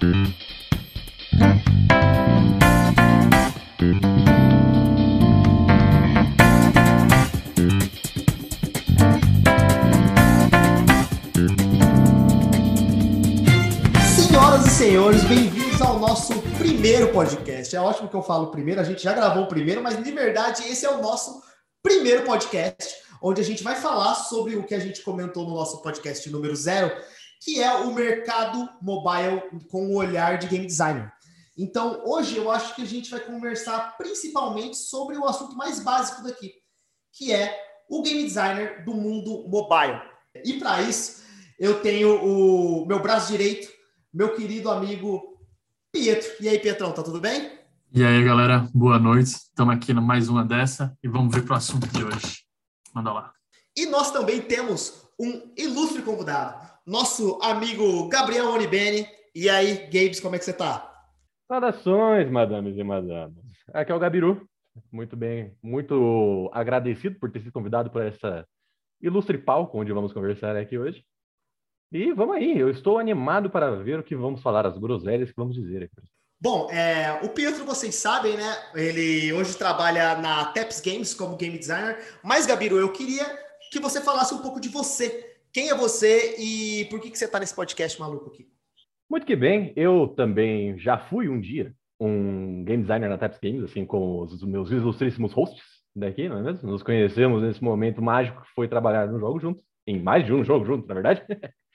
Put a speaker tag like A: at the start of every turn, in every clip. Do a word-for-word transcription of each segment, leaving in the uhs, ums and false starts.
A: Senhoras e senhores, bem-vindos ao nosso primeiro podcast. É ótimo que eu falo primeiro, a gente já gravou o primeiro, mas de verdade esse é o nosso primeiro podcast, onde a gente vai falar sobre o que a gente comentou no nosso podcast número zero, que é o mercado mobile com o olhar de game designer. Então, hoje eu acho que a gente vai conversar principalmente sobre o assunto mais básico daqui, que é o game designer do mundo mobile. E para isso, eu tenho o meu braço direito, meu querido amigo Pietro. E aí, Pietrão, tá tudo bem?
B: E aí, galera, boa noite. Estamos aqui na mais uma dessa e vamos ver para o assunto de hoje. Manda lá.
A: E nós também temos um ilustre convidado, nosso amigo Gabriel Onibene. E aí, Gabes, como é que você tá?
C: Saudações, madames e madames. Aqui é o Gabiru. Muito bem, muito agradecido por ter sido convidado por essa ilustre palco onde vamos conversar aqui hoje. E vamos aí, eu estou animado para ver o que vamos falar, as groselhas que vamos dizer aqui.
A: Bom, é, o Pietro, vocês sabem, né? Ele hoje trabalha na Taps Games como game designer. Mas, Gabiru, eu queria que você falasse um pouco de você. Quem é você e por que, que você está nesse podcast maluco aqui?
C: Muito que bem, eu também já fui um dia um game designer na Taps Games, assim como os meus ilustríssimos hosts daqui, não é mesmo? Nos conhecemos nesse momento mágico que foi trabalhar no jogo juntos, em mais de um jogo junto, na verdade.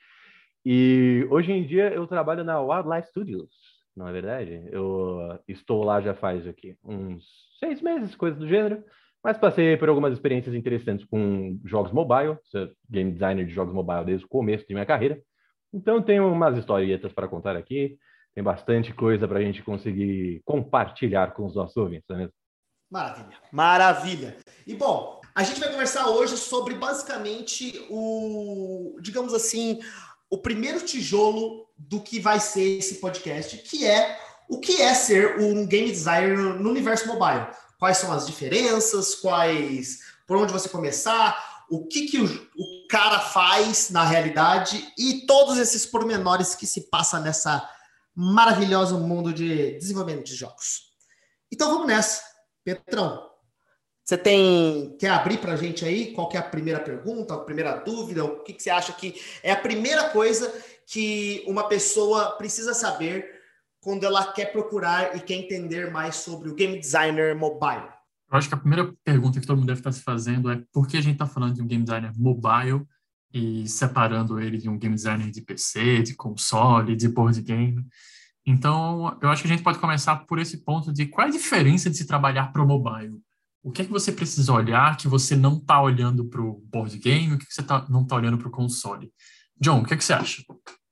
C: E hoje em dia eu trabalho na Wildlife Studios, não é verdade? Eu estou lá já faz aqui uns seis meses, coisa do gênero, mas passei por algumas experiências interessantes com jogos mobile, sou game designer de jogos mobile desde o começo de minha carreira. Então tenho umas historietas para contar aqui, tem bastante coisa para a gente conseguir compartilhar com os nossos ouvintes, não é mesmo?
A: Maravilha, maravilha. E bom, a gente vai conversar hoje sobre basicamente o, digamos assim, o primeiro tijolo do que vai ser esse podcast, que é o que é ser um game designer no universo mobile. Quais são as diferenças, quais, por onde você começar, o que, que o, o cara faz na realidade e todos esses pormenores que se passa nessa maravilhoso mundo de desenvolvimento de jogos. Então vamos nessa. Petrão, você tem, quer abrir para a gente aí? Qual que é a primeira pergunta, a primeira dúvida? O que, que você acha que é a primeira coisa que uma pessoa precisa saber quando ela quer procurar e quer entender mais sobre o game designer mobile?
B: Eu acho que a primeira pergunta que todo mundo deve estar se fazendo é por que a gente está falando de um game designer mobile e separando ele de um game designer de P C, de console, de board game. Então, eu acho que a gente pode começar por esse ponto de qual é a diferença de se trabalhar para o mobile. O que é que você precisa olhar que você não está olhando para o board game? O que, que você tá, não está olhando para o console? John, o que, é que você acha?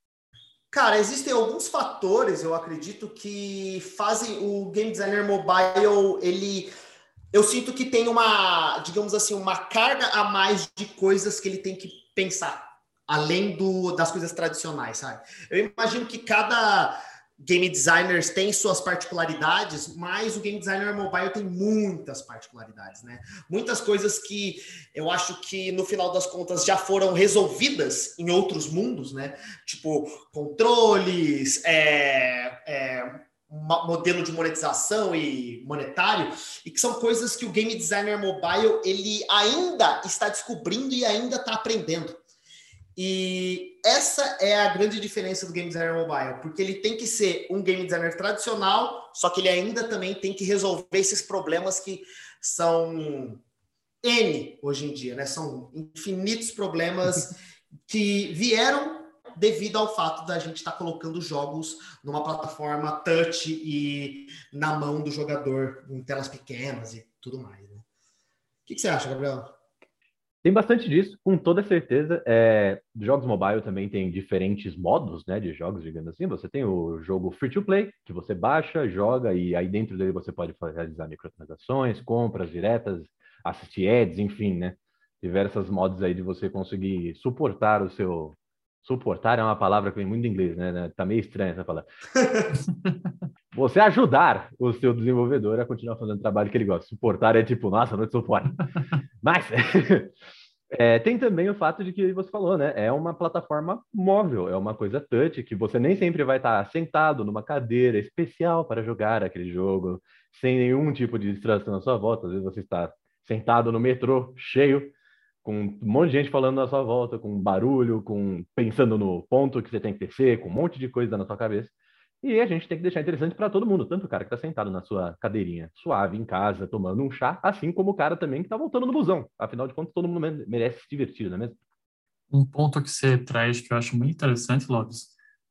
A: Cara, existem alguns fatores, eu acredito, que fazem o game designer mobile, ele... Eu sinto que tem uma, digamos assim, uma carga a mais de coisas que ele tem que pensar, além do, das coisas tradicionais, sabe? Eu imagino que cada game designer tem suas particularidades, mas o game designer mobile tem muitas particularidades, né? Muitas coisas que eu acho que, no final das contas, já foram resolvidas em outros mundos, né? Tipo, controles, é, é, modelo de monetização e monetário, e que são coisas que o game designer mobile, ele ainda está descobrindo e ainda está aprendendo. E essa é a grande diferença do game designer mobile, porque ele tem que ser um game designer tradicional, só que ele ainda também tem que resolver esses problemas que são N hoje em dia, né? São infinitos problemas que vieram devido ao fato da gente estar colocando jogos numa plataforma touch e na mão do jogador, em telas pequenas e tudo mais, né? O que, que você acha, Gabriel?
C: Tem bastante disso, com toda certeza. É, jogos mobile também tem diferentes modos, né, de jogos, digamos assim. Você tem o jogo free to play, que você baixa, joga, e aí dentro dele você pode realizar microtransações, compras diretas, assistir ads, enfim, né? Diversos modos aí de você conseguir suportar o seu... Suportar é uma palavra que vem muito em inglês, né? Tá meio estranha essa palavra. Você ajudar o seu desenvolvedor a continuar fazendo o trabalho que ele gosta. Suportar é tipo, nossa, não te suporto. Mas É, tem também o fato de que você falou, né? É uma plataforma móvel, é uma coisa touch, que você nem sempre vai estar sentado numa cadeira especial para jogar aquele jogo, sem nenhum tipo de distração à sua volta. Às vezes você está sentado no metrô, cheio, com um monte de gente falando na sua volta, com barulho, com pensando no ponto que você tem que descer, com um monte de coisa na sua cabeça. E a gente tem que deixar interessante para todo mundo, tanto o cara que está sentado na sua cadeirinha suave em casa, tomando um chá, assim como o cara também que está voltando no busão. Afinal de contas, todo mundo merece se divertir, não é mesmo?
B: Um ponto que você traz que eu acho muito interessante, Lopes,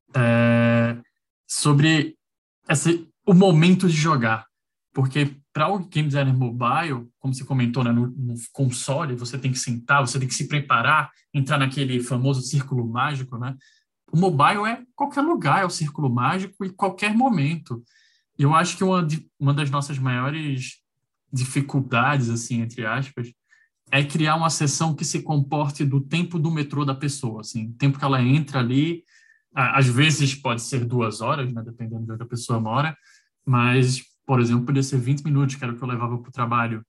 B: é sobre esse, o momento de jogar. Porque para o game designer mobile, como você comentou, né, no, no console, você tem que sentar, você tem que se preparar, entrar naquele famoso círculo mágico, né? O mobile é qualquer lugar, é o círculo mágico e qualquer momento. E eu acho que uma, de- uma das nossas maiores dificuldades, assim, entre aspas, é criar uma sessão que se comporte do tempo do metrô da pessoa, assim, o tempo que ela entra ali, a- às vezes pode ser duas horas, né, dependendo de onde a pessoa mora, mas, por exemplo, podia ser vinte minutos, que era o que eu levava para o trabalho.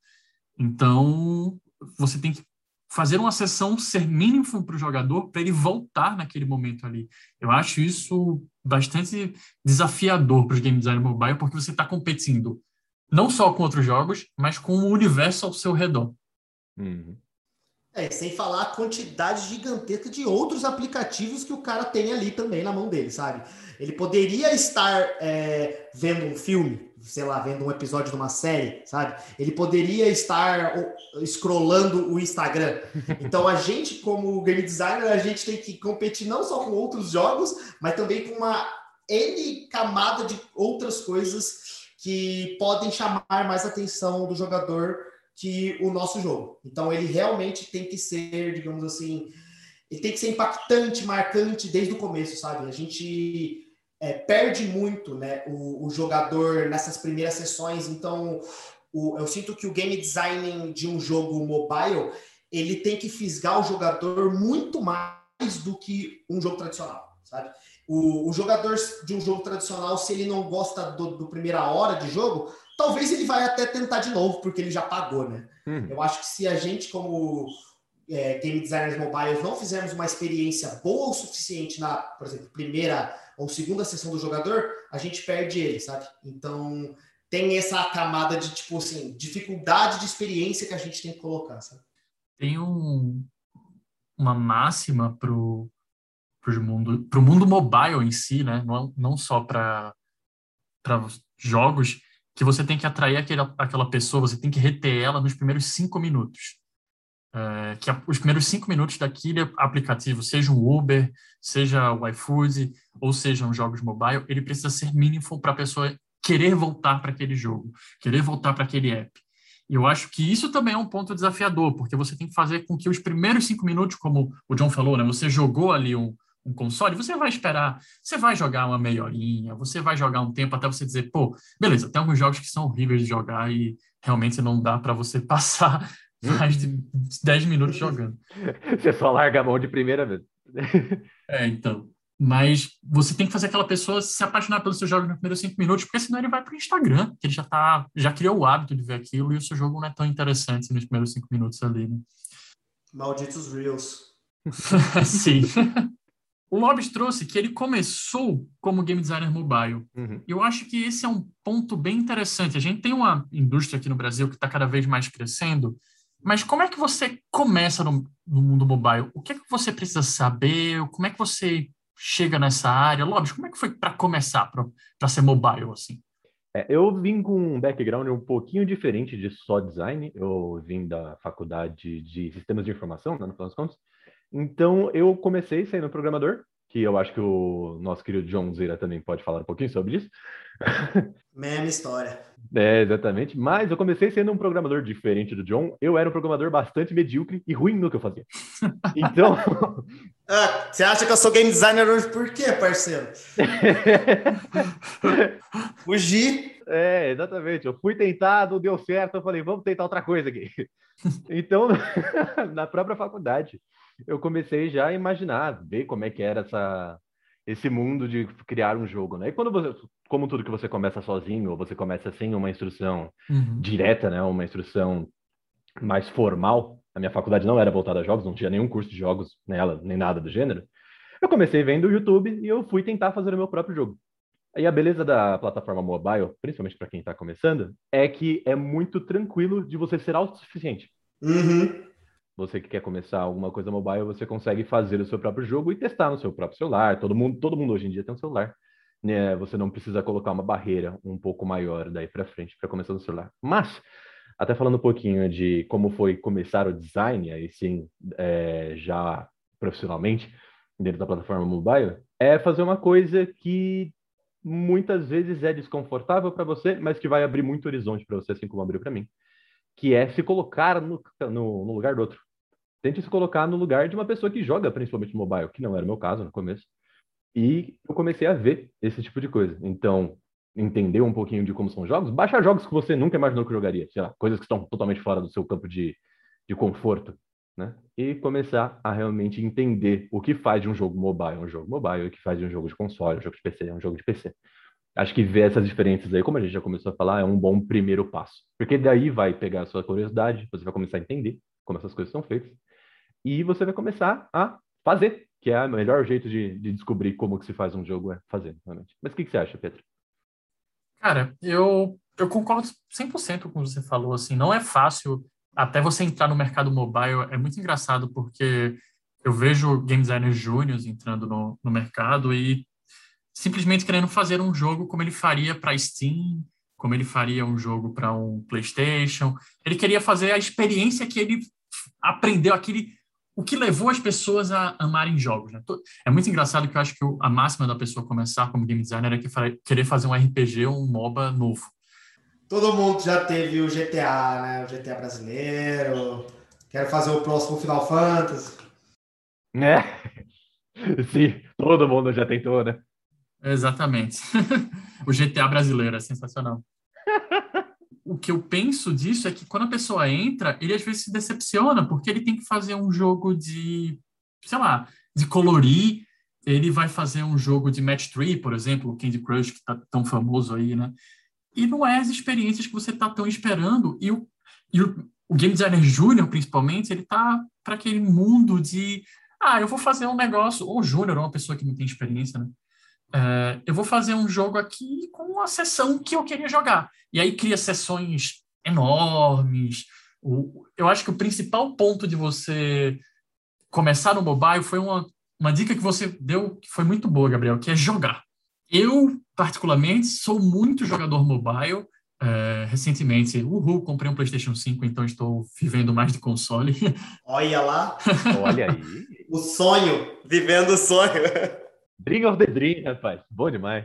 B: Então, você tem que fazer uma sessão ser mínimo para o jogador para ele voltar naquele momento ali. Eu acho isso bastante desafiador para os game design mobile, porque você está competindo não só com outros jogos, mas com o universo ao seu redor.
C: Uhum.
A: É, sem falar a quantidade gigantesca de outros aplicativos que o cara tem ali também na mão dele, sabe? Ele poderia estar é, vendo um filme, sei lá, vendo um episódio de uma série, sabe? Ele poderia estar o, scrollando o Instagram. Então a gente, como game designer, a gente tem que competir não só com outros jogos, mas também com uma N camada de outras coisas que podem chamar mais a atenção do jogador que o nosso jogo. Então ele realmente tem que ser, digamos assim, ele tem que ser impactante, marcante desde o começo, sabe? A gente é, perde muito, né, o, o jogador nessas primeiras sessões. Então o, eu sinto que o game design de um jogo mobile ele tem que fisgar o jogador muito mais do que um jogo tradicional, sabe? O, o jogador de um jogo tradicional, se ele não gosta do, do primeira hora de jogo, talvez ele vai até tentar de novo, porque ele já pagou, né?
C: Uhum.
A: Eu acho que se a gente, como é, game designers mobiles, não fizermos uma experiência boa o suficiente na, por exemplo, primeira ou segunda sessão do jogador, a gente perde ele, sabe? Então, tem essa camada de, tipo assim, dificuldade de experiência que a gente tem que colocar, sabe?
B: Tem um, uma máxima pro pro mundo, pro mundo mobile em si, né? Não, não só para para jogos, que você tem que atrair aquele, aquela pessoa, você tem que reter ela nos primeiros cinco minutos. É, que a, os primeiros cinco minutos daquele aplicativo, seja um Uber, seja o iFood, ou sejam jogos mobile, ele precisa ser mínimo para a pessoa querer voltar para aquele jogo, querer voltar para aquele app. E eu acho que isso também é um ponto desafiador, porque você tem que fazer com que os primeiros cinco minutos, como o John falou, né, você jogou ali um, um console, você vai esperar, você vai jogar uma meia horinha, você vai jogar um tempo até você dizer, pô, beleza, tem alguns jogos que são horríveis de jogar e realmente não dá para você passar mais de dez minutos jogando.
C: Você só larga a mão de primeira vez.
B: É, então. Mas você tem que fazer aquela pessoa se apaixonar pelos seus jogos nos primeiros cinco minutos, porque senão ele vai para o Instagram, que ele já tá, já criou o hábito de ver aquilo e o seu jogo não é tão interessante nos primeiros cinco minutos ali, né?
A: Malditos Reels.
B: Sim. O Lobs trouxe que ele começou como game designer mobile.
C: Uhum.
B: Eu acho que esse é um ponto bem interessante. A gente tem uma indústria aqui no Brasil que está cada vez mais crescendo, mas como é que você começa no, no mundo mobile? O que é que você precisa saber? Como é que você chega nessa área? Lobs, como é que foi para começar, para ser mobile, assim?
C: É, eu vim com um background um pouquinho diferente de só design. Eu vim da faculdade de sistemas de informação, né, no final das contas. Então, eu comecei sendo programador, que eu acho que o nosso querido John Zera também pode falar um pouquinho sobre isso.
A: Mesma história.
C: É, exatamente. Mas eu comecei sendo um programador diferente do John. Eu era um programador bastante medíocre e ruim no que eu fazia. Então...
A: Ah, você acha que eu sou game designer hoje por quê, parceiro? Fugir.
C: É, exatamente. Eu fui tentar, não deu certo. Eu falei, vamos tentar outra coisa aqui. Então, na própria faculdade, eu comecei já a imaginar, ver como é que era essa, esse mundo de criar um jogo, né? E quando você, como tudo que você começa sozinho, ou você começa sem uma instrução
B: Uhum.
C: direta, né? Uma instrução mais formal, a minha faculdade não era voltada a jogos, não tinha nenhum curso de jogos nela, nem nada do gênero. Eu comecei vendo o YouTube e eu fui tentar fazer o meu próprio jogo. E a beleza da plataforma mobile, principalmente para quem está começando, é que é muito tranquilo de você ser autossuficiente.
A: Uhum.
C: Você que quer começar alguma coisa mobile, você consegue fazer o seu próprio jogo e testar no seu próprio celular. Todo mundo, todo mundo hoje em dia tem um celular. Né? Você não precisa colocar uma barreira um pouco maior daí para frente para começar no celular. Mas, até falando um pouquinho de como foi começar o design, aí sim, é, já profissionalmente, dentro da plataforma mobile, é fazer uma coisa que muitas vezes é desconfortável para você, mas que vai abrir muito horizonte para você, assim como abriu para mim, que é se colocar no, no, no lugar do outro. Tente se colocar no lugar de uma pessoa que joga principalmente mobile, que não era o meu caso no começo. E eu comecei a ver esse tipo de coisa. Então, entender um pouquinho de como são jogos, baixar jogos que você nunca imaginou que jogaria, sei lá, coisas que estão totalmente fora do seu campo de, de conforto, né? E começar a realmente entender o que faz de um jogo mobile um jogo mobile, o que faz de um jogo de console, um jogo de P C, um jogo de P C. Acho que ver essas diferenças aí, como a gente já começou a falar, é um bom primeiro passo. Porque daí vai pegar a sua curiosidade, você vai começar a entender como essas coisas são feitas, e você vai começar a fazer, que é o melhor jeito de, de descobrir como que se faz um jogo, é fazer, realmente. Mas o que, que você acha, Pedro?
B: Cara, eu, eu concordo cem por cento com o que você falou, assim, não é fácil até você entrar no mercado mobile, é muito engraçado porque eu vejo game designers júniors entrando no, no mercado e simplesmente querendo fazer um jogo como ele faria para Steam, como ele faria um jogo para um PlayStation. Ele queria fazer a experiência que ele aprendeu, aquele, o que levou as pessoas a amarem jogos. Né? É muito engraçado que eu acho que a máxima da pessoa começar como game designer é que querer fazer um R P G ou um MOBA novo.
A: Todo mundo já teve o G T A, né? O G T A brasileiro. Quero fazer o próximo Final Fantasy.
C: Né? Sim, todo mundo já tentou, né?
B: Exatamente. O G T A brasileiro é sensacional. O que eu penso disso é que quando a pessoa entra, ele às vezes se decepciona, porque ele tem que fazer um jogo de, sei lá, de colorir, ele vai fazer um jogo de match three, por exemplo, o Candy Crush, que está tão famoso aí, né? E não é as experiências que você está tão esperando. E o, e o, o game designer júnior, principalmente, ele tá para aquele mundo de, ah, eu vou fazer um negócio, ou júnior, ou uma pessoa que não tem experiência, né? É, eu vou fazer um jogo aqui com a sessão que eu queria jogar. E aí cria sessões enormes. O, eu acho que o principal ponto de você começar no mobile foi uma, uma dica que você deu que foi muito boa, Gabriel, que é jogar. Eu, particularmente, sou muito jogador mobile. É, recentemente, uhul, comprei um PlayStation cinco, então estou vivendo mais de console.
A: Olha lá.
C: Olha aí.
A: O sonho. Vivendo o sonho.
C: Dream of the Dream, rapaz. Bom demais.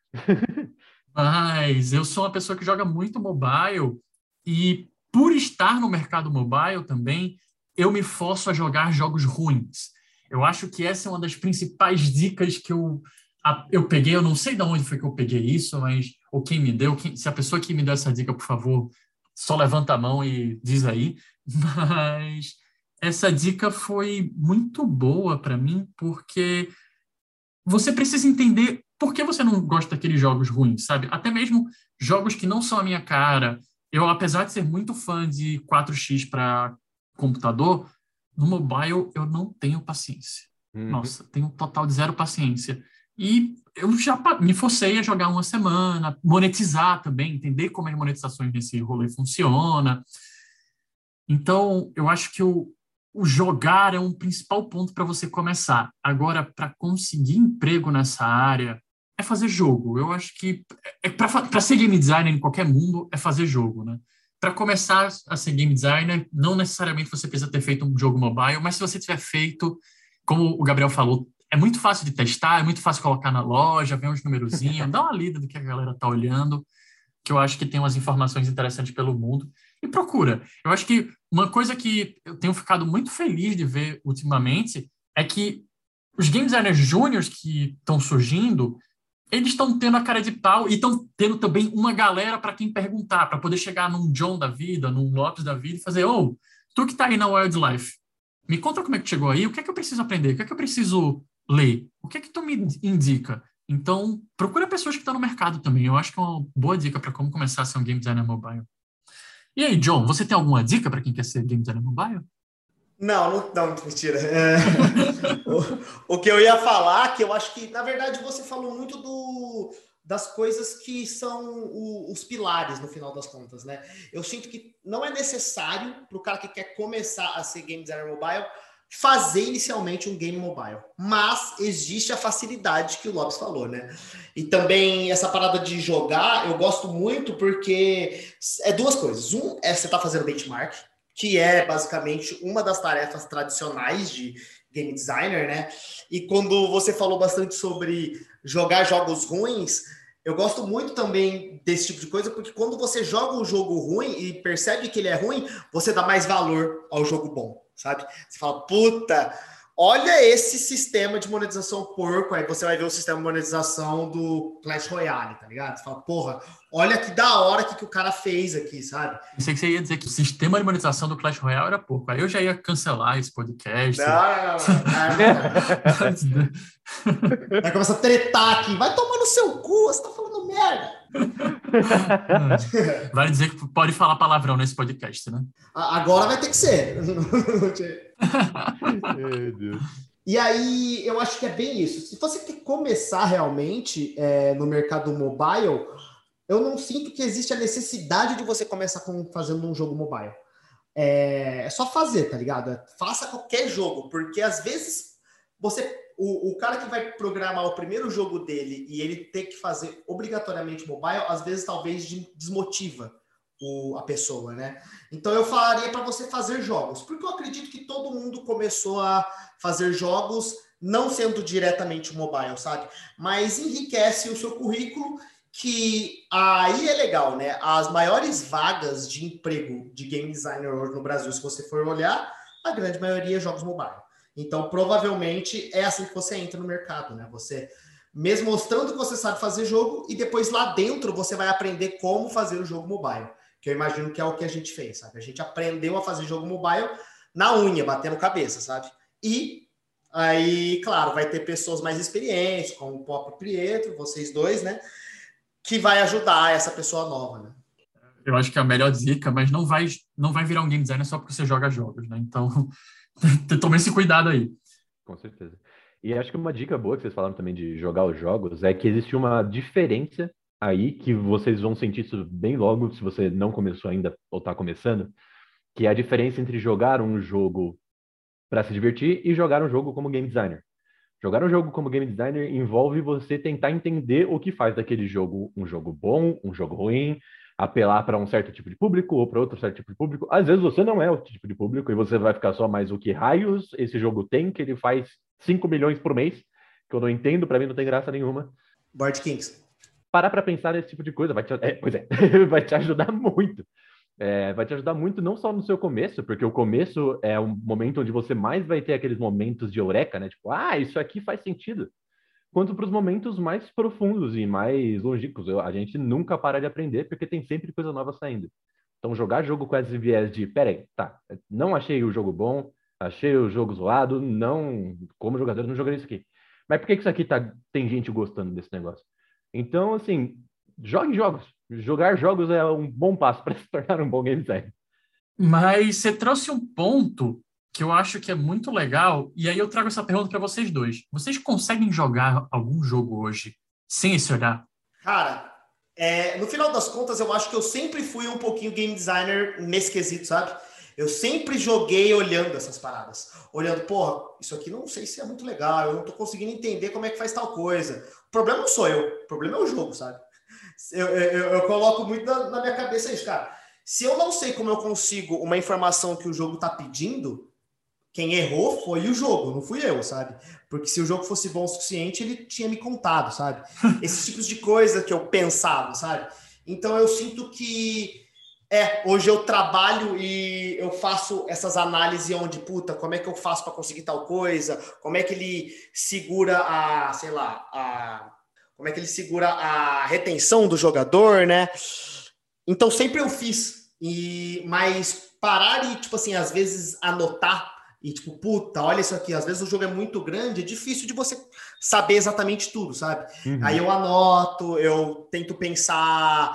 B: Mas eu sou uma pessoa que joga muito mobile e, por estar no mercado mobile também, eu me forço a jogar jogos ruins. Eu acho que essa é uma das principais dicas que eu, a, eu peguei. Eu não sei de onde foi que eu peguei isso, mas ou quem me deu. Quem, se a pessoa que me deu essa dica, por favor, só levanta a mão e diz aí. Mas essa dica foi muito boa para mim, porque você precisa entender por que você não gosta daqueles jogos ruins, sabe? Até mesmo jogos que não são a minha cara. Eu, apesar de ser muito fã de quatro x para computador, no mobile eu não tenho paciência.
C: Uhum.
B: Nossa, tenho um total de zero paciência. E eu já me forcei a jogar uma semana, monetizar também, entender como as monetizações desse rolê funciona. Então, eu acho que o, o jogar é um principal ponto para você começar. Agora, para conseguir emprego nessa área, é fazer jogo. Eu acho que é, para ser game designer em qualquer mundo, é fazer jogo, né? Para começar a ser game designer, não necessariamente você precisa ter feito um jogo mobile, mas se você tiver feito, como o Gabriel falou, é muito fácil de testar, é muito fácil colocar na loja, ver uns numerozinhos, dá uma lida do que a galera tá olhando, que eu acho que tem umas informações interessantes pelo mundo. E procura. Eu acho que uma coisa que eu tenho ficado muito feliz de ver ultimamente é que os game designers júniors que estão surgindo, eles estão tendo a cara de pau e estão tendo também uma galera para quem perguntar, para poder chegar num John da vida, num Lopes da vida e fazer, ô, oh, tu que tá aí na Wildlife, me conta como é que chegou aí, o que é que eu preciso aprender, o que é que eu preciso ler, o que é que tu me indica? Então, procura pessoas que estão no mercado também. Eu acho que é uma boa dica para como começar a ser um game designer mobile. E aí, John, você tem alguma dica para quem quer ser game designer mobile?
A: Não, não, não, mentira. É, o, o que eu ia falar, que eu acho que, na verdade, você falou muito do, das coisas que são o, os pilares, no final das contas, né? Eu sinto que não é necessário para o cara que quer começar a ser game designer mobile fazer inicialmente um game mobile, mas existe a facilidade que o Lopes falou, né? E também essa parada de jogar, eu gosto muito porque é duas coisas. Um é você tá fazendo benchmark, que é basicamente uma das tarefas tradicionais de game designer, né? E quando você falou bastante sobre jogar jogos ruins, eu gosto muito também desse tipo de coisa, porque quando você joga um jogo ruim e percebe que ele é ruim, você dá mais valor ao jogo bom, sabe? Você fala, puta, olha esse sistema de monetização porco, aí você vai ver o sistema de monetização do Clash Royale, tá ligado? Você fala, porra, olha que da hora que, que o cara fez aqui, sabe?
B: Pensei que você ia dizer que o sistema de monetização do Clash Royale era pouco. Aí eu já ia cancelar esse podcast.
A: Não, não, não, não. Vai começar a tretar aqui. Vai tomar no seu cu, você tá falando merda.
B: Vai dizer que pode falar palavrão nesse podcast, né?
A: Agora vai ter que ser.
C: Meu Deus.
A: E aí, eu acho que é bem isso. Se você quer começar realmente é, no mercado mobile, eu não sinto que existe a necessidade de você começar com, fazendo um jogo mobile. É, é só fazer, tá ligado? Faça qualquer jogo, porque às vezes você, o, o cara que vai programar o primeiro jogo dele e ele ter que fazer obrigatoriamente mobile, às vezes talvez desmotiva o, a pessoa, né? Então eu falaria para você fazer jogos, porque eu acredito que todo mundo começou a fazer jogos não sendo diretamente mobile, sabe? Mas enriquece o seu currículo, que aí é legal, né? As maiores vagas de emprego de game designer hoje no Brasil, se você for olhar, a grande maioria é jogos mobile. Então, provavelmente, é assim que você entra no mercado, né? Você, mesmo mostrando que você sabe fazer jogo, e depois lá dentro você vai aprender como fazer o jogo mobile, que eu imagino que é o que a gente fez, sabe? A gente aprendeu a fazer jogo mobile na unha, batendo cabeça, sabe? E aí, claro, vai ter pessoas mais experientes, como o próprio Pietro, vocês dois, né? Que vai ajudar essa pessoa nova, né?
B: Eu acho que é a melhor dica, mas não vai, não vai virar um game designer só porque você joga jogos, né? Então, tome esse cuidado aí.
C: Com certeza. E acho que uma dica boa que vocês falaram também de jogar os jogos é que existe uma diferença aí que vocês vão sentir isso bem logo, se você não começou ainda ou está começando, que é a diferença entre jogar um jogo para se divertir e jogar um jogo como game designer. Jogar um jogo como game designer envolve você tentar entender o que faz daquele jogo um jogo bom, um jogo ruim, apelar para um certo tipo de público ou para outro certo tipo de público. Às vezes você não é o tipo de público e você vai ficar só mais o que raios esse jogo tem, que ele faz cinco milhões por mês, que eu não entendo, para mim não tem graça nenhuma.
A: Board Kings.
C: Parar para pensar nesse tipo de coisa vai te, é, pois é, vai te ajudar muito. É, vai te ajudar muito não só no seu começo, porque o começo é um momento onde você mais vai ter aqueles momentos de eureka, né? Tipo, ah, isso aqui faz sentido. Quanto para os momentos mais profundos e mais longínquos. Eu, a gente nunca para de aprender, porque tem sempre coisa nova saindo. Então, jogar jogo com esse viés de, peraí, tá, não achei o jogo bom, achei o jogo zoado, não, como jogador, não jogaria isso aqui. Mas por que isso aqui tá, tem gente gostando desse negócio? Então, assim, jogue jogos. Jogar jogos é um bom passo para se tornar um bom game designer.
B: Mas você trouxe um ponto que eu acho que é muito legal, e aí eu trago essa pergunta para vocês dois. Vocês conseguem jogar algum jogo hoje sem esse olhar?
A: Cara, é, no final das contas, eu acho que eu sempre fui um pouquinho game designer nesse quesito, sabe? Eu sempre joguei olhando essas paradas. Olhando, porra, isso aqui não sei se é muito legal, eu não tô conseguindo entender como é que faz tal coisa. O problema não sou eu, o problema é o jogo, sabe? Eu, eu, eu coloco muito na, na minha cabeça isso, cara. Se eu não sei como eu consigo uma informação que o jogo tá pedindo, quem errou foi o jogo, não fui eu, sabe? Porque se o jogo fosse bom o suficiente, ele tinha me contado, sabe? Esses tipos de coisa que eu pensava, sabe? Então eu sinto que é, hoje eu trabalho e eu faço essas análises onde, puta, como é que eu faço para conseguir tal coisa? Como é que ele segura a, sei lá, a como é que ele segura a retenção do jogador, né? Então, sempre eu fiz. E, mas parar e, tipo assim, às vezes anotar e, tipo, puta, olha isso aqui. Às vezes o jogo é muito grande, é difícil de você saber exatamente tudo, sabe? Uhum. Aí eu anoto, eu tento pensar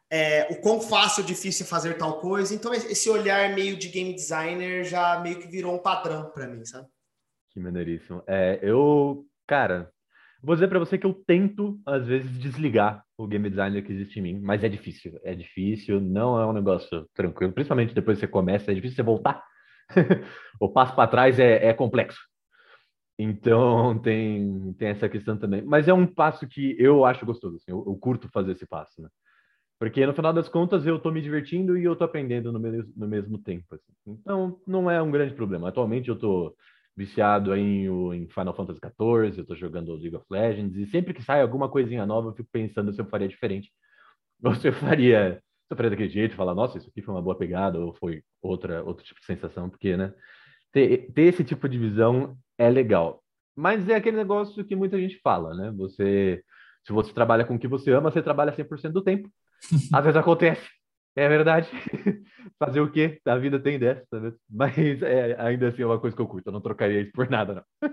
A: é, o quão fácil ou difícil é fazer tal coisa. Então, esse olhar meio de game designer já meio que virou um padrão para mim, sabe?
C: Que maneiríssimo. É, eu, cara, vou dizer pra você que eu tento, às vezes, desligar o game designer que existe em mim, mas é difícil. É difícil, não é um negócio tranquilo, principalmente depois que você começa, é difícil você voltar. O passo para trás é, é complexo. Então, tem, tem essa questão também. Mas é um passo que eu acho gostoso, assim, eu, eu curto fazer esse passo, né? Porque, no final das contas, eu tô me divertindo e eu tô aprendendo no mesmo, no mesmo tempo, assim. Então, não é um grande problema. Atualmente, eu tô viciado aí em, o- em Final Fantasy quatorze, eu tô jogando League of Legends, e sempre que sai alguma coisinha nova, eu fico pensando se eu faria diferente. Ou se eu faria, se eu faria daquele jeito, falar, nossa, isso aqui foi uma boa pegada, ou foi outra, outro tipo de sensação, porque, né? Ter, ter esse tipo de visão é legal. Mas é aquele negócio que muita gente fala, né? Você, se você trabalha com o que você ama, você trabalha cem por cento do tempo. Às vezes acontece, é verdade. Fazer o quê? A vida tem dessa, né? Mas é, ainda assim é uma coisa que eu curto. Eu não trocaria isso por nada, não.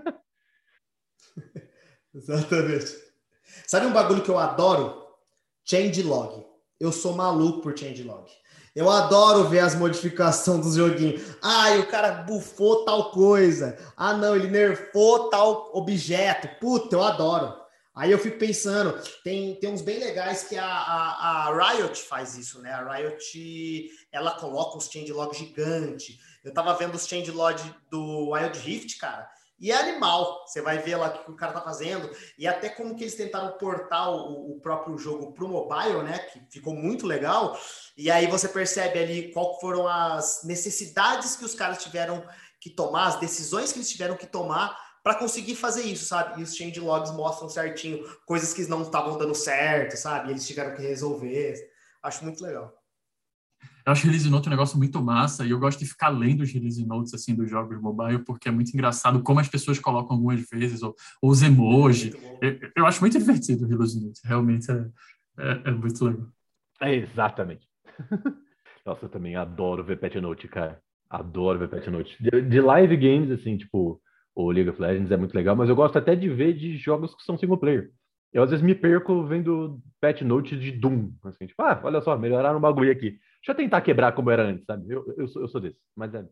A: Exatamente. Sabe um bagulho que eu adoro? Changelog. Eu sou maluco por changelog. Eu adoro ver as modificações dos joguinhos. Ah, e o cara bufou tal coisa. Ah, não, ele nerfou tal objeto. Puta, eu adoro. Aí eu fico pensando, tem, tem uns bem legais que a, a, a Riot faz isso, né? A Riot, ela coloca uns changelog gigante. Eu tava vendo os changelog do Wild Rift, cara, e é animal. Você vai ver lá o que o cara tá fazendo e até como que eles tentaram portar o, o próprio jogo pro mobile, né? Que ficou muito legal. E aí você percebe ali qual foram as necessidades que os caras tiveram que tomar, as decisões que eles tiveram que tomar para conseguir fazer isso, sabe? E os changelogs mostram certinho coisas que não estavam dando certo, sabe? E eles tiveram que resolver. Acho muito legal.
B: Eu acho release note um negócio muito massa e eu gosto de ficar lendo os release notes assim dos jogos mobile porque é muito engraçado como as pessoas colocam algumas vezes ou, ou os emoji. Eu, eu acho muito divertido o release note, realmente é, é, é muito legal.
C: É exatamente. Nossa, eu também adoro ver Pet Note, cara. Adoro ver Pet Note. De, de live games, assim, tipo, o League of Legends é muito legal, mas eu gosto até de ver de jogos que são single player. Eu às vezes me perco vendo Pet Note de Doom, assim, tipo, ah, olha só, melhoraram o bagulho aqui. Deixa eu tentar quebrar como era antes, sabe? Eu, eu, sou, eu sou desse, mas é,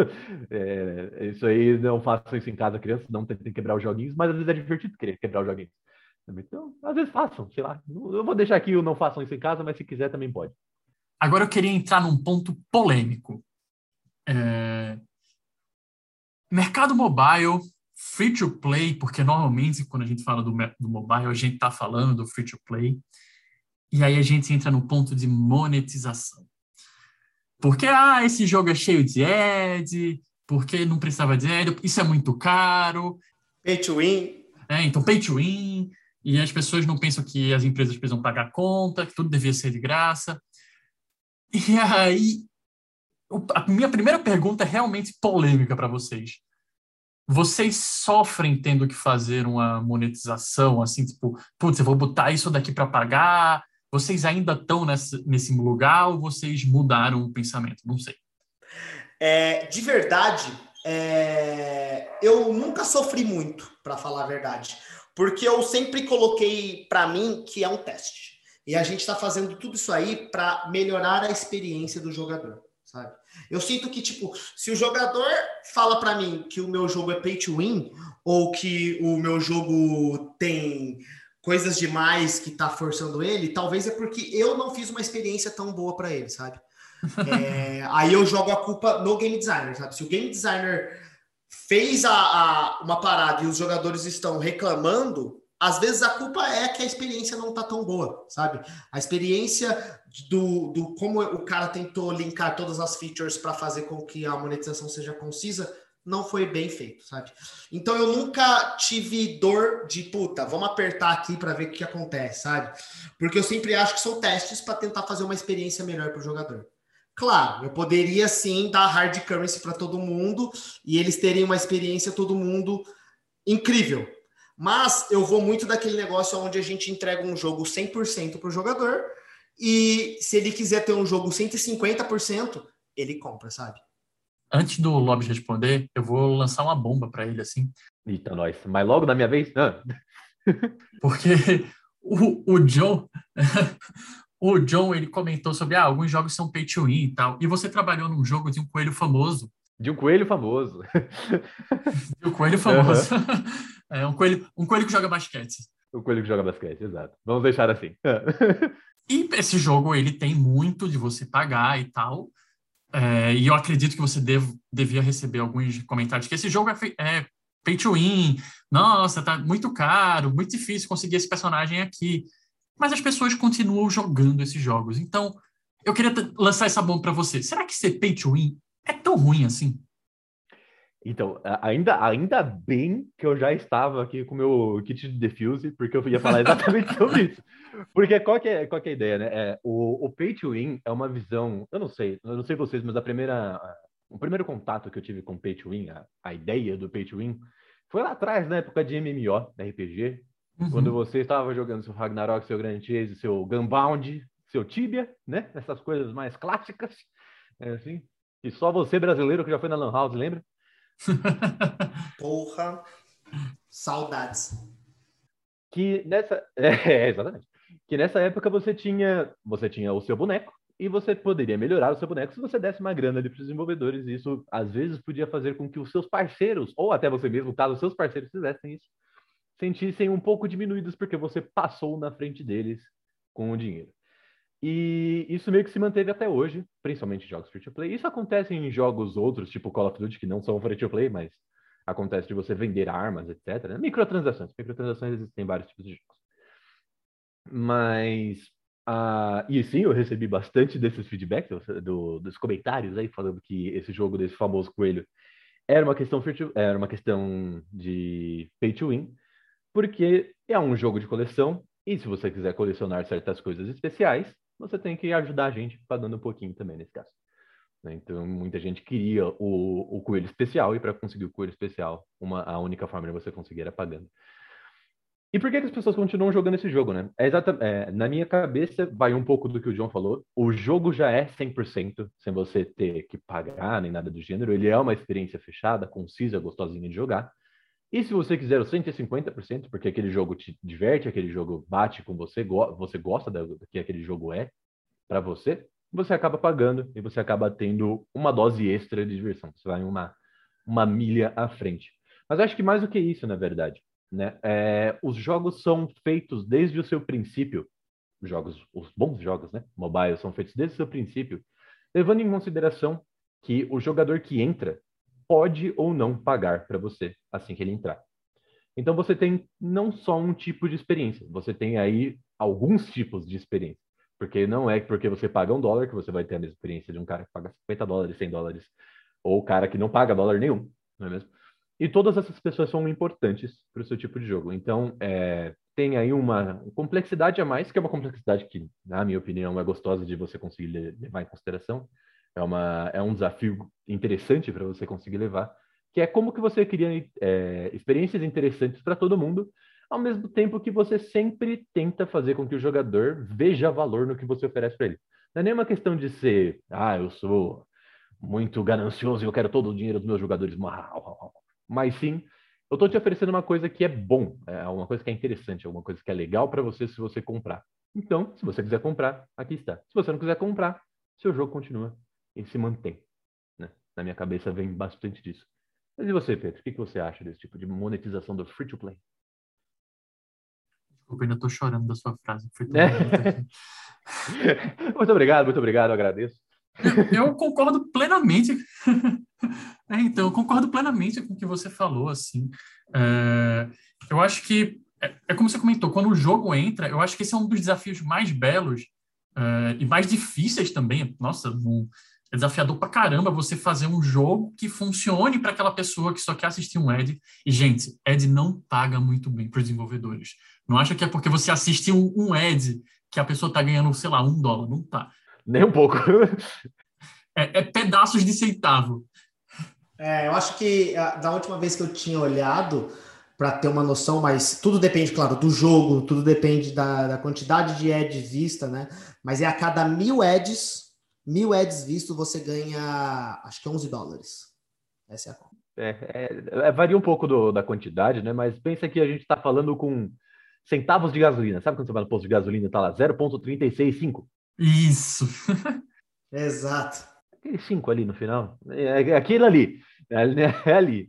C: é, isso aí não façam isso em casa, crianças, não tentem quebrar os joguinhos, mas às vezes é divertido querer quebrar os joguinhos. Então, às vezes façam, sei lá. Eu vou deixar aqui o não façam isso em casa, mas se quiser também pode.
B: Agora eu queria entrar num ponto polêmico. É... Mercado mobile, free to play, porque normalmente quando a gente fala do, do mobile, a gente está falando do free to play. E aí a gente entra no ponto de monetização. Porque, ah, esse jogo é cheio de ad, porque não precisava de ad, isso é muito caro.
A: Pay to win.
B: É, então, pay to win. E as pessoas não pensam que as empresas precisam pagar conta, que tudo devia ser de graça. E aí, a minha primeira pergunta é realmente polêmica para vocês. Vocês sofrem tendo que fazer uma monetização, assim, tipo, putz, eu vou botar isso daqui para pagar. Vocês ainda estão nesse, nesse lugar ou vocês mudaram o pensamento? Não sei.
A: É, de verdade, é, eu nunca sofri muito, para falar a verdade, porque eu sempre coloquei para mim que é um teste. E a gente está fazendo tudo isso aí para melhorar a experiência do jogador, sabe? Eu sinto que, tipo, se o jogador fala para mim que o meu jogo é pay to win, ou que o meu jogo tem coisas demais que tá forçando ele, talvez é porque eu não fiz uma experiência tão boa para ele, sabe? É, aí eu jogo a culpa no game designer, sabe? Se o game designer fez a, a, uma parada e os jogadores estão reclamando, às vezes a culpa é que a experiência não tá tão boa, sabe? A experiência do, do como o cara tentou linkar todas as features para fazer com que a monetização seja concisa, não foi bem feito, sabe? Então eu nunca tive dor de puta, vamos apertar aqui para ver o que acontece, sabe? Porque eu sempre acho que são testes para tentar fazer uma experiência melhor para o jogador. Claro, eu poderia sim dar hard currency para todo mundo e eles terem uma experiência todo mundo incrível. Mas eu vou muito daquele negócio onde a gente entrega um jogo cem por cento para o jogador e se ele quiser ter um jogo cento e cinquenta por cento, ele compra, sabe?
B: Antes do Lobby responder, eu vou lançar uma bomba para ele, assim.
C: Eita, nós. Mas logo na minha vez? Ah.
B: Porque o, o Joe... o John, ele comentou sobre, ah, alguns jogos são pay to win e tal, e você trabalhou num jogo de um coelho famoso.
C: De um coelho famoso.
B: De um coelho
C: Aham.
B: famoso. É um coelho, um coelho que joga basquete.
C: O coelho que joga basquete, exato. Vamos deixar assim.
B: E esse jogo, ele tem muito de você pagar e tal. É, e eu acredito que você dev, devia receber alguns comentários que esse jogo é, fe- é pay to win. Nossa, tá muito caro, muito difícil conseguir esse personagem aqui. Mas as pessoas continuam jogando esses jogos. Então, eu queria t- lançar essa bomba para você. Será que ser pay to win é tão ruim assim?
C: Então, a- ainda, ainda bem que eu já estava aqui com o meu kit de defuse, porque eu ia falar exatamente sobre isso. Porque qual que é, qual que é a ideia, né? É, o, o pay to win é uma visão, eu não sei, eu não sei vocês, mas a primeira, o primeiro contato que eu tive com pay to win, a, a ideia do pay to win, foi lá atrás, na época de M M O, R P G, quando
B: Uhum.
C: você estava jogando seu Ragnarok, seu Grand Chase, seu Gunbound, seu Tibia, né? Essas coisas mais clássicas, é assim, e só você brasileiro que já foi na Lan House, lembra?
A: Porra, saudades.
C: Que nessa é, exatamente, que nessa época você tinha você tinha o seu boneco e você poderia melhorar o seu boneco se você desse uma grana ali para os desenvolvedores. E isso às vezes podia fazer com que os seus parceiros, ou até você mesmo, caso os seus parceiros fizessem isso, sentissem um pouco diminuídos porque você passou na frente deles com o dinheiro. E isso meio que se manteve até hoje, principalmente em jogos free to play. Isso acontece em jogos outros, tipo Call of Duty, que não são free to play, mas acontece de você vender armas, etcétera. Microtransações. Microtransações existem em vários tipos de jogos. Mas. Uh, e sim, eu recebi bastante desses feedbacks, do, dos comentários aí, falando que esse jogo desse famoso coelho era uma questão, free to, era uma questão de pay to win, porque é um jogo de coleção, e se você quiser colecionar certas coisas especiais, você tem que ajudar a gente pagando um pouquinho também nesse caso. Né? Então, muita gente queria o, o coelho especial, e para conseguir o coelho especial, uma, a única forma de você conseguir era pagando. E por que, que as pessoas continuam jogando esse jogo, né? É exata, é, na minha cabeça, vai um pouco do que o John falou. O jogo já é cem por cento sem você ter que pagar nem nada do gênero. Ele é uma experiência fechada, concisa, gostosinha de jogar. E se você quiser o cento e cinquenta por cento, porque aquele jogo te diverte, aquele jogo bate com você, go você gosta do que aquele jogo é para você, você acaba pagando e você acaba tendo uma dose extra de diversão. Você vai uma, uma milha à frente. Mas acho que mais do que isso, na verdade, né? É, os jogos são feitos desde o seu princípio, os jogos, os bons jogos, né? Mobile são feitos desde o seu princípio, levando em consideração que o jogador que entra pode ou não pagar para você assim que ele entrar. Então você tem não só um tipo de experiência, você tem aí alguns tipos de experiência. Porque não é porque você paga um dólar que você vai ter a mesma experiência de um cara que paga cinquenta dólares, cem dólares, ou o cara que não paga dólar nenhum, não é mesmo? E todas essas pessoas são importantes para o seu tipo de jogo. Então, é, tem aí uma complexidade a mais, que é uma complexidade que, na minha opinião, é gostosa de você conseguir levar em consideração. É, uma, é um desafio interessante para você conseguir levar, que é como que você cria é, experiências interessantes para todo mundo, ao mesmo tempo que você sempre tenta fazer com que o jogador veja valor no que você oferece para ele. Não é nem uma questão de ser, ah, eu sou muito ganancioso e eu quero todo o dinheiro dos meus jogadores, mas sim, eu estou te oferecendo uma coisa que é bom, é uma coisa que é interessante, é uma coisa que é legal para você se você comprar. Então, se você quiser comprar, aqui está. Se você não quiser comprar, seu jogo continua e se mantém. Né? Na minha cabeça vem bastante disso. Mas e você, Pedro? O que você acha desse tipo de monetização do free-to-play?
B: Desculpa, ainda tô chorando da sua frase, foi tão bonita aqui.
C: Muito obrigado, muito obrigado, eu agradeço.
B: Eu, eu concordo plenamente. É, então, eu concordo plenamente com o que você falou, assim. É, eu acho que, é, é como você comentou, quando o jogo entra, eu acho que esse é um dos desafios mais belos é, e mais difíceis também. Nossa, um, é desafiador pra caramba você fazer um jogo que funcione para aquela pessoa que só quer assistir um ad. E, gente, ad não paga muito bem para os desenvolvedores. Não acha que é porque você assiste um, um ad que a pessoa tá ganhando, sei lá, um dólar. Não tá.
C: Nem um pouco.
B: É, é pedaços de centavo.
A: É, eu acho que a, da última vez que eu tinha olhado, para ter uma noção, mas tudo depende, claro, do jogo, tudo depende da, da quantidade de ads vista, né? Mas é a cada mil ads, mil ads vistos, você ganha, acho que onze dólares. Essa é a conta.
C: É, é, é, varia um pouco do, da quantidade, né? Mas pensa que a gente está falando com centavos de gasolina. Sabe quando você vai no posto de gasolina e tá lá zero vírgula trinta e seis cinco?
B: Isso.
A: Exato.
C: Aquele cinco ali no final. É, é aquilo ali. É, é ali.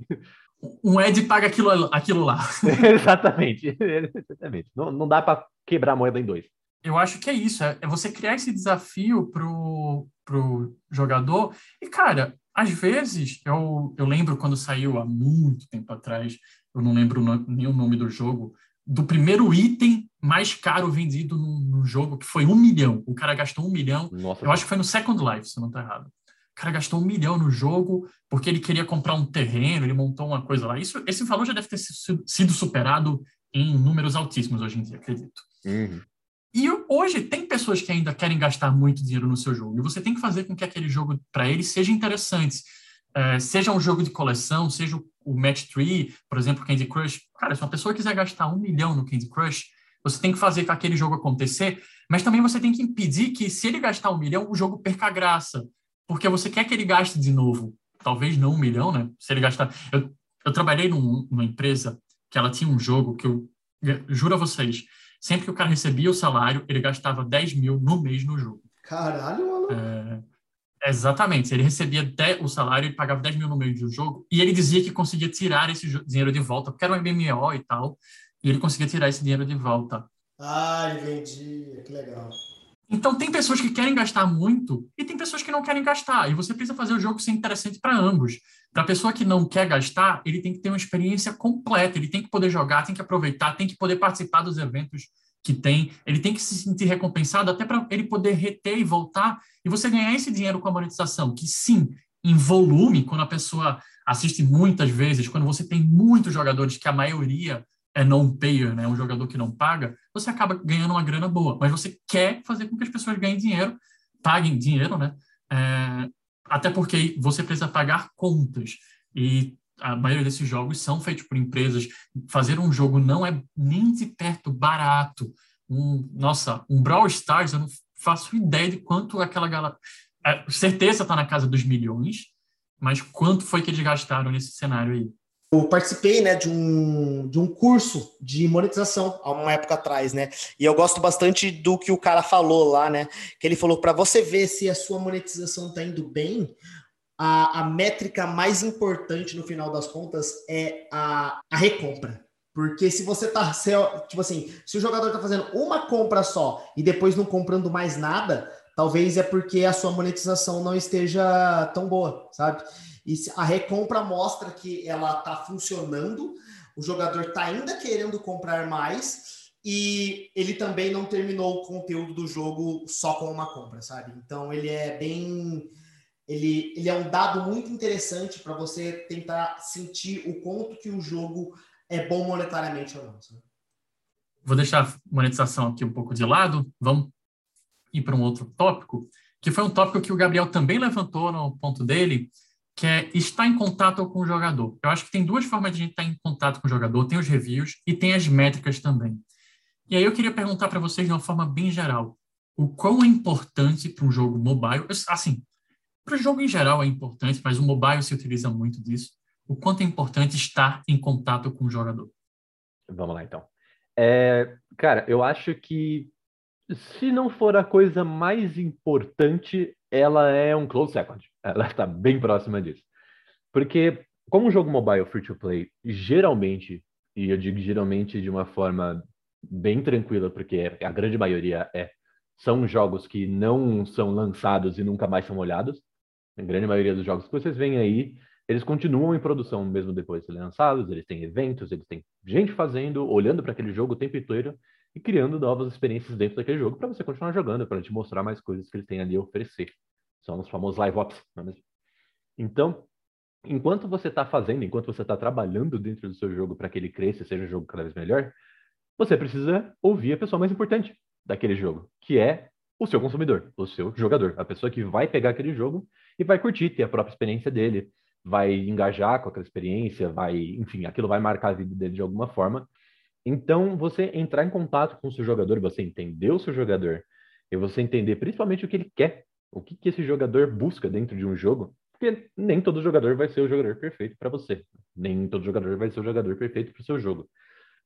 B: Um Ed paga aquilo, aquilo lá.
C: Exatamente. Exatamente. Não, não dá para quebrar a moeda em dois.
B: Eu acho que é isso, é, é você criar esse desafio pro, pro jogador. E, cara, às vezes, eu, eu lembro quando saiu há muito tempo atrás, eu não lembro no- nem o nome do jogo, do primeiro item mais caro vendido no, no jogo, que foi um milhão. O cara gastou um milhão,
C: Nossa
B: eu acho
C: Senhora.
B: que foi no Second Life, se eu não estou errado. O cara gastou um milhão no jogo porque ele queria comprar um terreno, ele montou uma coisa lá. Isso, esse valor já deve ter sido sido superado em números altíssimos hoje em dia, acredito.
C: Uhum.
B: E hoje tem pessoas que ainda querem gastar muito dinheiro no seu jogo. E você tem que fazer com que aquele jogo, para eles, seja interessante. É, seja um jogo de coleção, seja o, o Match três, por exemplo, Candy Crush. Cara, se uma pessoa quiser gastar um milhão no Candy Crush, você tem que fazer com aquele jogo acontecer, mas também você tem que impedir que, se ele gastar um milhão, o jogo perca a graça. Porque você quer que ele gaste de novo. Talvez não um milhão, né? Se ele gastar... Eu, eu trabalhei num, numa empresa que ela tinha um jogo que eu, eu juro a vocês, sempre que o cara recebia o salário, ele gastava dez mil no mês no jogo.
A: Caralho, maluco.
B: É, exatamente. Ele recebia dez o salário, ele pagava dez mil no meio do jogo, e ele dizia que conseguia tirar esse dinheiro de volta, porque era um M M O e tal, e ele conseguia tirar esse dinheiro de volta.
A: Ah, ele vendia. Que legal.
B: Então, tem pessoas que querem gastar muito e tem pessoas que não querem gastar. E você precisa fazer o jogo ser interessante para ambos. Para a pessoa que não quer gastar, ele tem que ter uma experiência completa. Ele tem que poder jogar, tem que aproveitar, tem que poder participar dos eventos que tem. Ele tem que se sentir recompensado até para ele poder reter e voltar. E você ganhar esse dinheiro com a monetização. Que sim, em volume, quando a pessoa assiste muitas vezes, quando você tem muitos jogadores, que a maioria é non-payer, né, um jogador que não paga, você acaba ganhando uma grana boa. Mas você quer fazer com que as pessoas ganhem dinheiro, paguem dinheiro, né? É, até porque você precisa pagar contas. E a maioria desses jogos são feitos por empresas. Fazer um jogo não é nem de perto barato. Um, nossa, um Brawl Stars, eu não faço ideia de quanto aquela galera... É, certeza está na casa dos milhões, mas quanto foi que eles gastaram nesse cenário aí?
A: Eu participei, né, de um, de um curso de monetização há uma época atrás, né? E eu gosto bastante do que o cara falou lá, né? Que ele falou para você ver se a sua monetização está indo bem, a, a métrica mais importante no final das contas é a, a recompra. Porque se você tá, se, tipo assim, se o jogador tá fazendo uma compra só e depois não comprando mais nada, talvez é porque a sua monetização não esteja tão boa, sabe? E a recompra mostra que ela tá funcionando, o jogador tá ainda querendo comprar mais e ele também não terminou o conteúdo do jogo só com uma compra, sabe? Então ele é bem... Ele, ele é um dado muito interessante para você tentar sentir o quanto que o jogo é bom monetariamente ou não. Sabe?
B: Vou deixar a monetização aqui um pouco de lado, vamos ir para um outro tópico, que foi um tópico que o Gabriel também levantou no ponto dele, que é estar em contato com o jogador. Eu acho que tem duas formas de a gente estar em contato com o jogador, tem os reviews e tem as métricas também. E aí eu queria perguntar para vocês de uma forma bem geral, o quão é importante para um jogo mobile, assim, para o jogo em geral é importante, mas o mobile se utiliza muito disso, o quanto é importante estar em contato com o jogador.
C: Vamos lá, então. É, cara, eu acho que se não for a coisa mais importante, ela é um close second. Ela está bem próxima disso. Porque, como um jogo mobile free-to-play, geralmente, e eu digo geralmente de uma forma bem tranquila, porque a grande maioria é, são jogos que não são lançados e nunca mais são olhados. A grande maioria dos jogos que vocês veem aí, eles continuam em produção mesmo depois de serem lançados, eles têm eventos, eles têm gente fazendo, olhando para aquele jogo o tempo inteiro e criando novas experiências dentro daquele jogo para você continuar jogando, para te mostrar mais coisas que eles têm ali a oferecer. São os famosos live ops, não é mesmo? Então, enquanto você está fazendo, enquanto você está trabalhando dentro do seu jogo para que ele cresça e seja um jogo cada vez melhor, você precisa ouvir a pessoa mais importante daquele jogo, que é o seu consumidor, o seu jogador, a pessoa que vai pegar aquele jogo e vai curtir, ter a própria experiência dele, vai engajar com aquela experiência, vai, enfim, aquilo vai marcar a vida dele de alguma forma. Então, você entrar em contato com o seu jogador, você entender o seu jogador, e você entender principalmente o que ele quer, o que, que esse jogador busca dentro de um jogo, porque nem todo jogador vai ser o jogador perfeito para você, nem todo jogador vai ser o jogador perfeito para o seu jogo.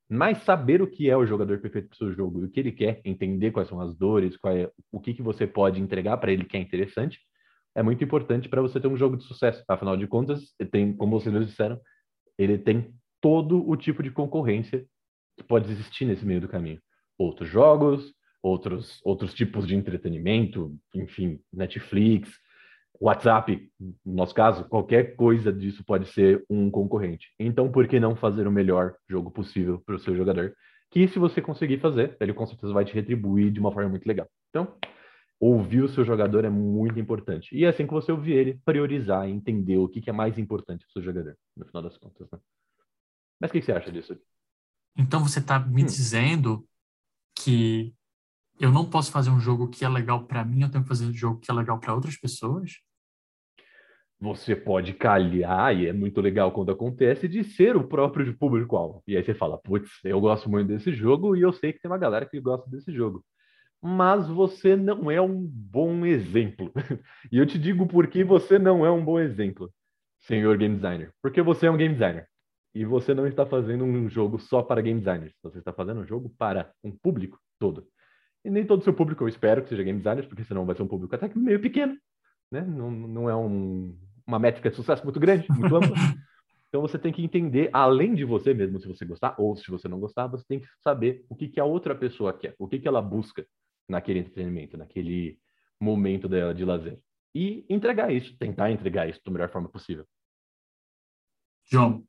C: Mas saber o que é o jogador perfeito para o seu jogo e o que ele quer, entender quais são as dores, qual é, o que, que você pode entregar para ele que é interessante, é muito importante para você ter um jogo de sucesso. Afinal de contas, tem, como vocês disseram, ele tem todo o tipo de concorrência que pode existir nesse meio do caminho. Outros jogos, outros, outros tipos de entretenimento, enfim, Netflix, WhatsApp, no nosso caso, qualquer coisa disso pode ser um concorrente. Então, por que não fazer o melhor jogo possível para o seu jogador? Que se você conseguir fazer, ele com certeza vai te retribuir de uma forma muito legal. Então, ouvir o seu jogador é muito importante. E assim que você ouvir ele, priorizar e entender o que é mais importante para o seu jogador, no final das contas, né? Mas o que você acha disso?
B: Então você está me
C: Hum.
B: dizendo que eu não posso fazer um jogo que é legal para mim, eu tenho que fazer um jogo que é legal para outras pessoas?
C: Você pode calhar, e é muito legal quando acontece, de ser o próprio público-alvo. E aí você fala, putz, eu gosto muito desse jogo e eu sei que tem uma galera que gosta desse jogo. Mas você não é um bom exemplo. E eu te digo por que você não é um bom exemplo, senhor game designer. Porque você é um game designer. E você não está fazendo um jogo só para game designers. Você está fazendo um jogo para um público todo. E nem todo o seu público, eu espero que seja game designers, porque senão vai ser um público até que meio pequeno, né? Não, não é um, uma métrica de sucesso muito grande, muito ampla. Então você tem que entender, além de você mesmo, se você gostar, ou se você não gostar, você tem que saber o que, que a outra pessoa quer, o que, que ela busca naquele entretenimento, naquele momento dela de lazer. E entregar isso, tentar entregar isso da melhor forma possível.
B: João.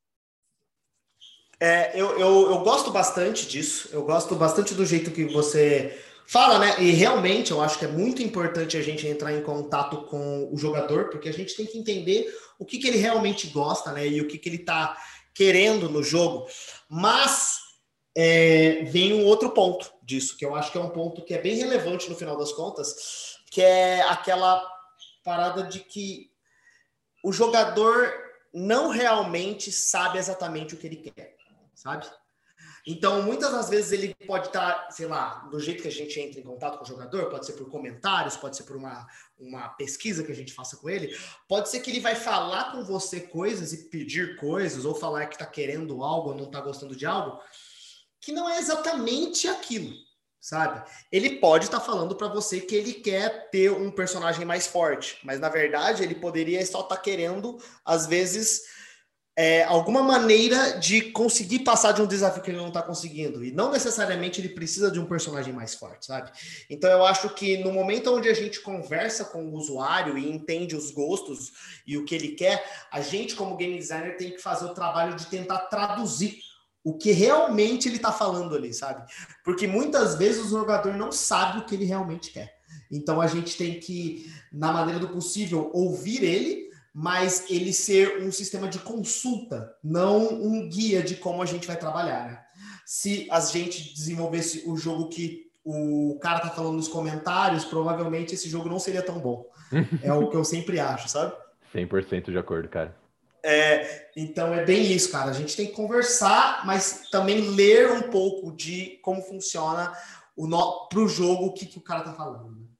A: É, eu, eu, eu gosto bastante disso, eu gosto bastante do jeito que você fala, né? E realmente eu acho que é muito importante a gente entrar em contato com o jogador, porque a gente tem que entender o que, que ele realmente gosta, né? E o que, que ele tá querendo no jogo. Mas é, vem um outro ponto disso, que eu acho que é um ponto que é bem relevante no final das contas, que é aquela parada de que o jogador não realmente sabe exatamente o que ele quer, sabe? Então, muitas das vezes ele pode estar, sei lá, do jeito que a gente entra em contato com o jogador, pode ser por comentários, pode ser por uma, uma pesquisa que a gente faça com ele, pode ser que ele vai falar com você coisas e pedir coisas, ou falar que está querendo algo ou não está gostando de algo, que não é exatamente aquilo, sabe? Ele pode estar falando para você que ele quer ter um personagem mais forte, mas na verdade ele poderia só estar querendo, às vezes, é, alguma maneira de conseguir passar de um desafio que ele não está conseguindo. E não necessariamente ele precisa de um personagem mais forte, sabe? Então eu acho que no momento onde a gente conversa com o usuário e entende os gostos e o que ele quer, a gente como game designer tem que fazer o trabalho de tentar traduzir o que realmente ele está falando ali, sabe? Porque muitas vezes o jogador não sabe o que ele realmente quer. Então a gente tem que, na maneira do possível, ouvir ele, mas ele ser um sistema de consulta, não um guia de como a gente vai trabalhar, né? Se a gente desenvolvesse o jogo que o cara tá falando nos comentários, provavelmente esse jogo não seria tão bom. É o que eu sempre acho, sabe?
C: cem por cento de acordo, cara.
A: É, então é bem isso, cara. A gente tem que conversar, mas também ler um pouco de como funciona o no... pro jogo, o que, que o cara tá falando. Né?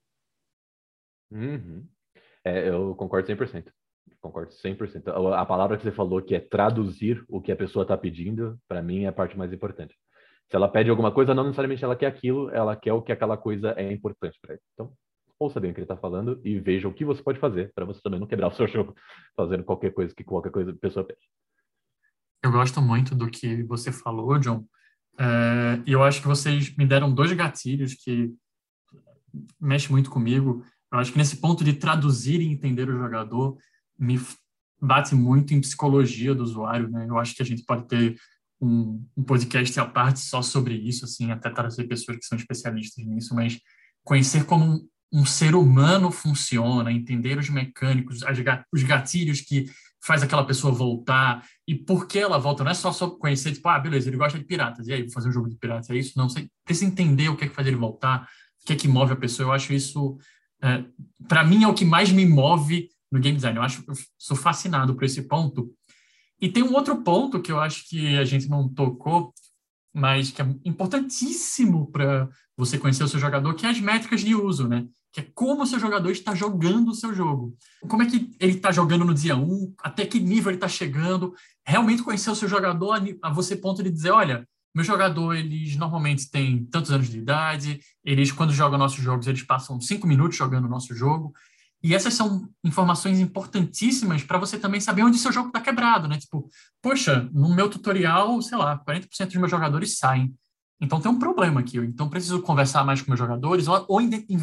C: Uhum. É, eu concordo cem por cento. Concordo cem por cento. A, a palavra que você falou, que é traduzir o que a pessoa está pedindo, para mim é a parte mais importante. Se ela pede alguma coisa, não necessariamente ela quer aquilo, ela quer o que aquela coisa é importante para ele. Então, ouça bem o que ele está falando e veja o que você pode fazer para você também não quebrar o seu jogo fazendo qualquer coisa que qualquer coisa a pessoa pede.
B: Eu gosto muito do que você falou, John. É, e eu acho que vocês me deram dois gatilhos que mexem muito comigo. Eu acho que nesse ponto de traduzir e entender o jogador me bate muito em psicologia do usuário, né? Eu acho que a gente pode ter um, um podcast à parte só sobre isso, assim, até trazer pessoas que são especialistas nisso, mas conhecer como um, um ser humano funciona, entender os mecânicos, as, os gatilhos que faz aquela pessoa voltar e por que ela volta. Não é só, só conhecer, tipo, ah, beleza, ele gosta de piratas, e aí, vou fazer um jogo de piratas, é isso? Não, você precisa entender o que é que faz ele voltar, o que é que move a pessoa. Eu acho isso, é, para mim, é o que mais me move no game design. Eu acho, eu sou fascinado por esse ponto. E tem um outro ponto que eu acho que a gente não tocou, mas que é importantíssimo para você conhecer o seu jogador, que é as métricas de uso, né? Que é como o seu jogador está jogando o seu jogo. Como é que ele está jogando no dia um, até que nível ele está chegando. Realmente conhecer o seu jogador a você ponto de dizer, olha, Meu jogador, eles normalmente têm tantos anos de idade, eles, quando jogam nossos jogos, eles passam cinco minutos jogando o nosso jogo. E essas são informações importantíssimas para você também saber onde seu jogo está quebrado, né? Tipo, poxa, no meu tutorial, sei lá, quarenta por cento dos meus jogadores saem. Então tem um problema aqui. Então preciso conversar mais com meus jogadores ou, ou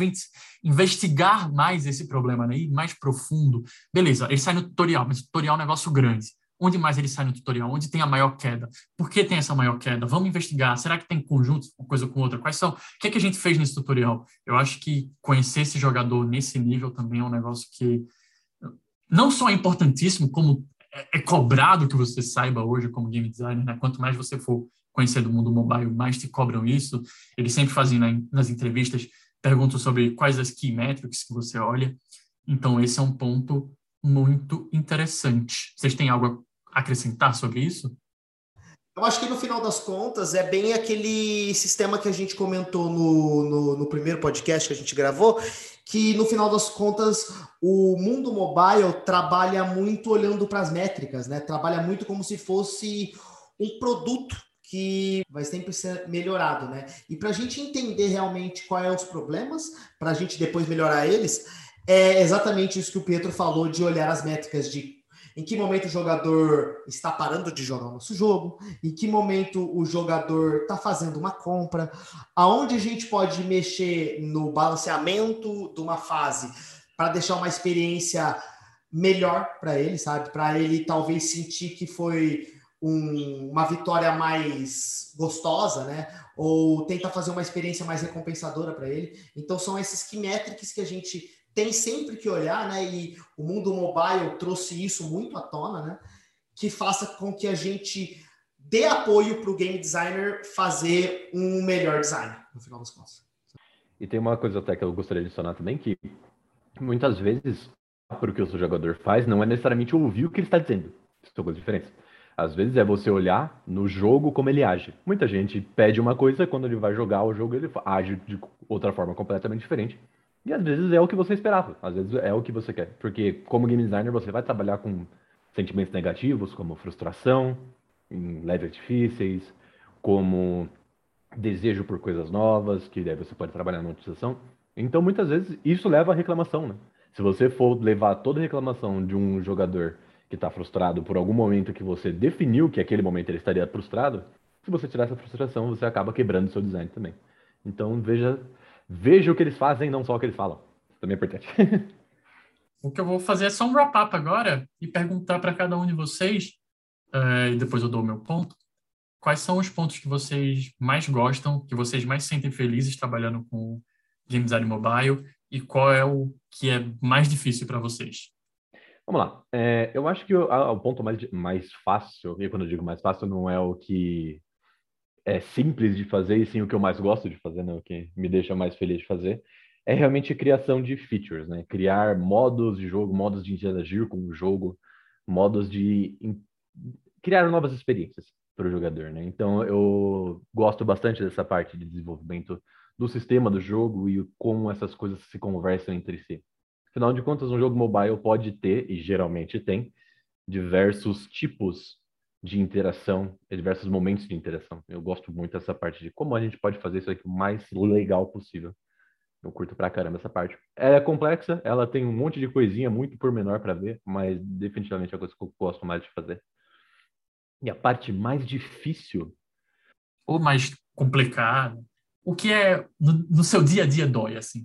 B: investigar mais esse problema, né? Ir mais profundo. Beleza, ele sai no tutorial, mas o tutorial é um negócio grande. Onde mais ele sai no tutorial? Onde tem a maior queda? Por que tem essa maior queda? Vamos investigar. Será que tem conjuntos, uma coisa com outra? Quais são? O que é que a gente fez nesse tutorial? Eu acho que conhecer esse jogador nesse nível também é um negócio que não só é importantíssimo, como é, é cobrado que você saiba hoje como game designer, né? Quanto mais você for conhecer do mundo mobile, mais te cobram isso. Eles sempre fazem na, nas entrevistas, perguntam sobre quais as key metrics que você olha. Então, esse é um ponto muito interessante. Vocês têm algo a acrescentar sobre isso?
A: Eu acho que no final das contas é bem aquele sistema que a gente comentou no, no, no primeiro podcast que a gente gravou, que no final das contas o mundo mobile trabalha muito olhando para as métricas, né? Trabalha muito como se fosse um produto que vai sempre ser melhorado, né? E para a gente entender realmente quais são os problemas, para a gente depois melhorar eles, é exatamente isso que o Pietro falou, de olhar as métricas de em que momento o jogador está parando de jogar o nosso jogo, em que momento o jogador está fazendo uma compra, aonde a gente pode mexer no balanceamento de uma fase para deixar uma experiência melhor para ele, sabe? Para ele talvez sentir que foi um, uma vitória mais gostosa, né? Ou tentar fazer uma experiência mais recompensadora para ele. Então são esses key metrics que a gente tem sempre que olhar, né? E o mundo mobile trouxe isso muito à tona, né? Que faça com que a gente dê apoio para o game designer fazer um melhor design, no final das contas.
C: E tem uma coisa até que eu gostaria de adicionar também, que muitas vezes, para o que o seu jogador faz, não é necessariamente ouvir o que ele está dizendo. Isso são coisas diferentes. Às vezes é você olhar no jogo como ele age. Muita gente pede uma coisa, quando ele vai jogar o jogo, ele age de outra forma completamente diferente. E às vezes é o que você esperava, às vezes é o que você quer. Porque como game designer você vai trabalhar com sentimentos negativos, como frustração, em levels difíceis, como desejo por coisas novas, que daí você pode trabalhar na monetização. Então muitas vezes isso leva à reclamação, né? Se você for levar toda a reclamação de um jogador que está frustrado por algum momento que você definiu que aquele momento ele estaria frustrado, se você tirar essa frustração, você acaba quebrando o seu design também. Então veja... Veja o que eles fazem, não só o que eles falam. Isso também é importante.
B: O que eu vou fazer é só um wrap-up agora e perguntar para cada um de vocês, uh, e depois eu dou o meu ponto, quais são os pontos que vocês mais gostam, que vocês mais se sentem felizes trabalhando com game design mobile e qual é o que é mais difícil para vocês?
C: Vamos lá. É, eu acho que o, a, o ponto mais, mais fácil, e quando eu digo mais fácil, não é o que é simples de fazer, e sim o que eu mais gosto de fazer, né? O que me deixa mais feliz de fazer, é realmente a criação de features, né? Criar modos de jogo, modos de interagir com o jogo, modos de in... criar novas experiências para o jogador, né? Então, eu gosto bastante dessa parte de desenvolvimento do sistema do jogo e como essas coisas se conversam entre si. Afinal de contas, um jogo mobile pode ter, e geralmente tem, diversos tipos de interação, diversos momentos de interação. Eu gosto muito dessa parte de como a gente pode fazer isso aqui o mais legal possível. Eu curto pra caramba essa parte. Ela é complexa, ela tem um monte de coisinha muito pormenor para ver, mas definitivamente é a coisa que eu gosto mais de fazer. E a parte mais difícil...
B: Ou mais complicado? O que é no, no seu dia a dia dói, assim?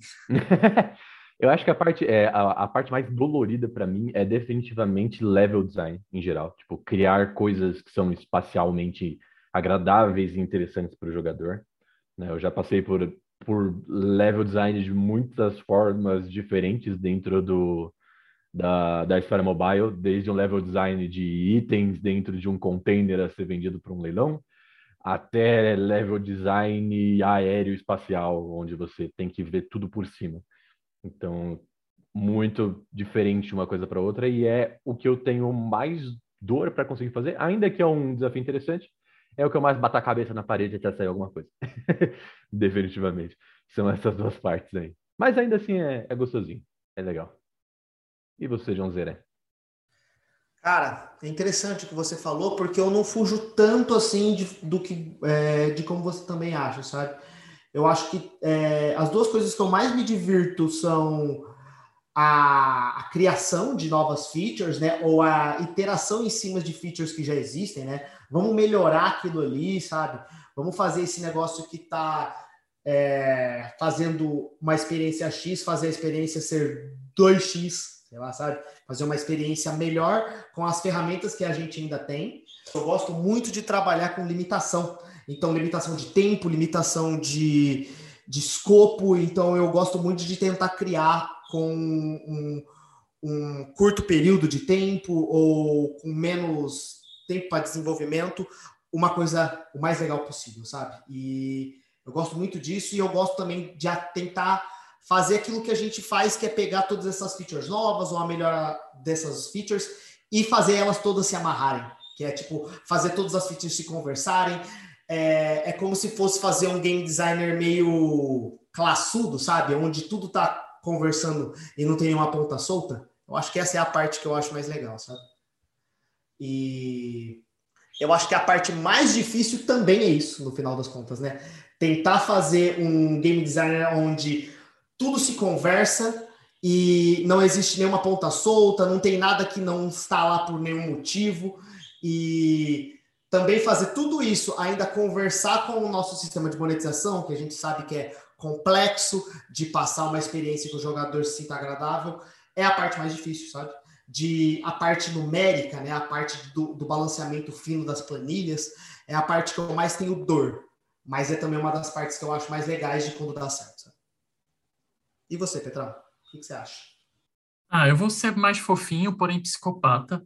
C: Eu acho que a parte, é, a, a parte mais dolorida para mim é definitivamente level design em geral. Tipo, criar coisas que são espacialmente agradáveis e interessantes para o jogador. Né? Eu já passei por, por level design de muitas formas diferentes dentro do, da, da esfera mobile, desde um level design de itens dentro de um container a ser vendido para um leilão, até level design aéreo espacial, onde você tem que ver tudo por cima. Então, muito diferente uma coisa para outra, e é o que eu tenho mais dor para conseguir fazer, ainda que é um desafio interessante, é o que eu mais bato a cabeça na parede até sair alguma coisa. Definitivamente. São essas duas partes aí. Mas ainda assim é, é gostosinho, é legal. E você, João Zeré?
A: Cara, é interessante o que você falou, porque eu não fujo tanto assim de, do que, é, de como você também acha, sabe? Eu acho que é, as duas coisas que eu mais me divirto são a, a criação de novas features, né? Ou a iteração em cima de features que já existem, né? Vamos melhorar aquilo ali, sabe? Vamos fazer esse negócio que está é, fazendo uma experiência X, fazer a experiência ser dois x, sei lá, sabe? Fazer uma experiência melhor com as ferramentas que a gente ainda tem. Eu gosto muito de trabalhar com limitação. Então, limitação de tempo, limitação de, de escopo. Então, eu gosto muito de tentar criar com um, um curto período de tempo ou com menos tempo para desenvolvimento, uma coisa o mais legal possível, sabe? E eu gosto muito disso e eu gosto também de tentar fazer aquilo que a gente faz, que é pegar todas essas features novas ou a melhora dessas features e fazer elas todas se amarrarem, que é tipo fazer todas as features se conversarem. É, é como se fosse fazer um game designer meio classudo, sabe? Onde tudo tá conversando e não tem nenhuma ponta solta. Eu acho que essa é a parte que eu acho mais legal, sabe? E eu acho que a parte mais difícil também é isso, no final das contas, né? Tentar fazer um game designer onde tudo se conversa e não existe nenhuma ponta solta, não tem nada que não está lá por nenhum motivo. E também fazer tudo isso, ainda conversar com o nosso sistema de monetização, que a gente sabe que é complexo, de passar uma experiência que o jogador se sinta agradável, é a parte mais difícil, sabe? De, a parte numérica, né? A parte do, do balanceamento fino das planilhas, é a parte que eu mais tenho dor, mas é também uma das partes que eu acho mais legais de quando dá certo, sabe? E você, Petrão? O que você acha?
B: Ah, eu vou ser mais fofinho, porém psicopata.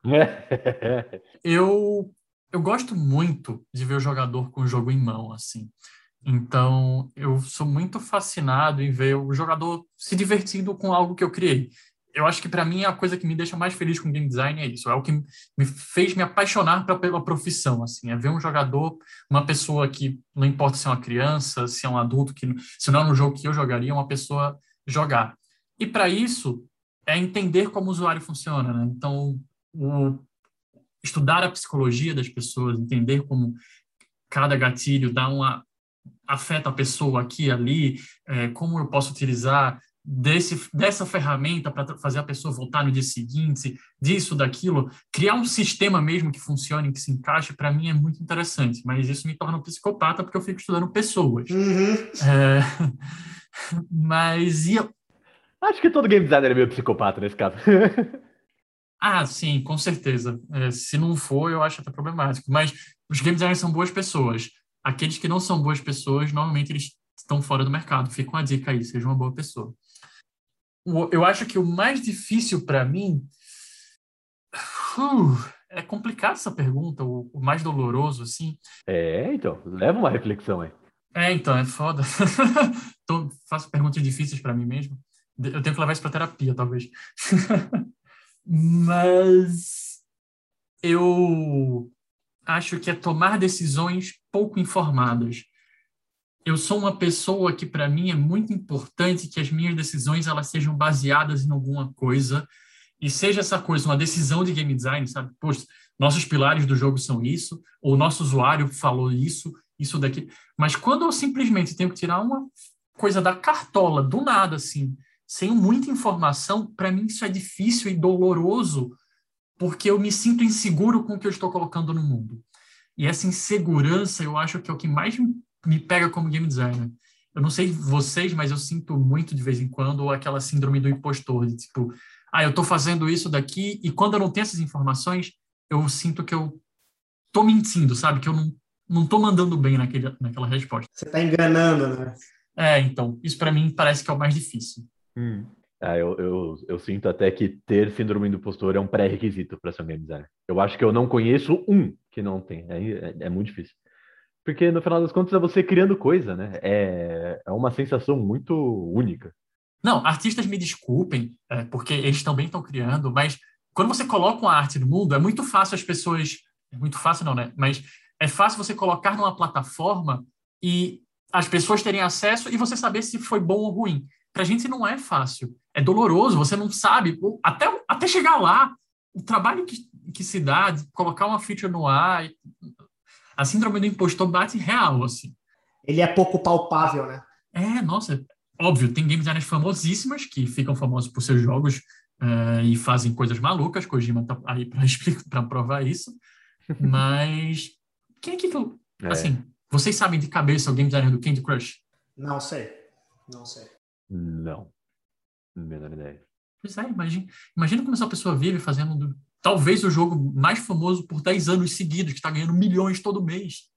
B: Eu, eu gosto muito de ver o jogador com o jogo em mão, assim. Então, eu sou muito fascinado em ver o jogador se divertindo com algo que eu criei. Eu acho que, para mim, a coisa que me deixa mais feliz com game design é isso. É o que me fez me apaixonar pra, pela profissão, assim. É ver um jogador, uma pessoa que, não importa se é uma criança, se é um adulto, que se não é no jogo que eu jogaria, uma pessoa jogar. E, para isso, é entender como o usuário funciona, né? Então, o, estudar a psicologia das pessoas, entender como cada gatilho dá uma afeta a pessoa aqui e ali, é, como eu posso utilizar desse, dessa ferramenta para fazer a pessoa voltar no dia seguinte, disso, daquilo, criar um sistema mesmo que funcione, que se encaixe, para mim é muito interessante, mas isso me torna um psicopata porque eu fico estudando pessoas.
A: Uhum.
B: É, mas e eu...
C: Acho que todo game designer é meio psicopata nesse caso.
B: Ah, sim, com certeza. É, se não for, eu acho até problemático. Mas os game designers são boas pessoas. Aqueles que não são boas pessoas, normalmente eles estão fora do mercado. Fica uma dica aí, seja uma boa pessoa. Eu acho que o mais difícil para mim... Uh, é complicado essa pergunta, o, o mais doloroso, assim.
C: É, então, leva uma reflexão aí.
B: É, então, é foda. Tô, faço perguntas difíceis para mim mesmo. Eu tenho que levar isso para terapia, talvez. Mas eu acho que é tomar decisões pouco informadas. Eu sou uma pessoa que, para mim, é muito importante que as minhas decisões elas sejam baseadas em alguma coisa, e seja essa coisa uma decisão de game design, sabe? Poxa, nossos pilares do jogo são isso, ou o nosso usuário falou isso, isso daqui. Mas quando eu simplesmente tenho que tirar uma coisa da cartola, do nada, assim, sem muita informação, para mim isso é difícil e doloroso, porque eu me sinto inseguro com o que eu estou colocando no mundo. E essa insegurança, eu acho que é o que mais me pega como game designer. Eu não sei vocês, mas eu sinto muito de vez em quando aquela síndrome do impostor, de tipo, ah, eu estou fazendo isso daqui, e quando eu não tenho essas informações, eu sinto que eu estou mentindo, sabe? Que eu não não estou mandando bem naquele, naquela resposta.
A: Você está enganando, né?
B: É, então, isso para mim parece que é o mais difícil.
C: Hum. Ah, eu, eu, eu sinto até que ter síndrome do impostor é um pré-requisito para ser um game designer. Eu acho que eu não conheço um que não tem. É, é, é muito difícil. Porque, no final das contas, é você criando coisa, né? É, é uma sensação muito única.
B: Não, artistas me desculpem, é, porque eles também estão criando, mas quando você coloca uma arte no mundo, é muito fácil as pessoas... É muito fácil não, né? Mas é fácil você colocar numa plataforma e as pessoas terem acesso e você saber se foi bom ou ruim. Pra gente não é fácil. É doloroso, você não sabe. Até, até chegar lá, o trabalho que, que se dá de colocar uma feature no ar, a síndrome do impostor bate real, assim.
A: Ele é pouco palpável, né?
B: É, nossa, óbvio, tem game designers famosíssimas que ficam famosos por seus jogos uh, e fazem coisas malucas, Kojima tá aí para explicar, para provar isso, mas quem é que eu,
C: É.
B: assim, vocês sabem de cabeça o game designer do Candy Crush?
A: Não sei, não sei.
C: Não, menor ideia.
B: Pois é, imagina, imagina como essa pessoa vive fazendo do, talvez o jogo mais famoso por dez anos seguidos, que está ganhando milhões todo mês.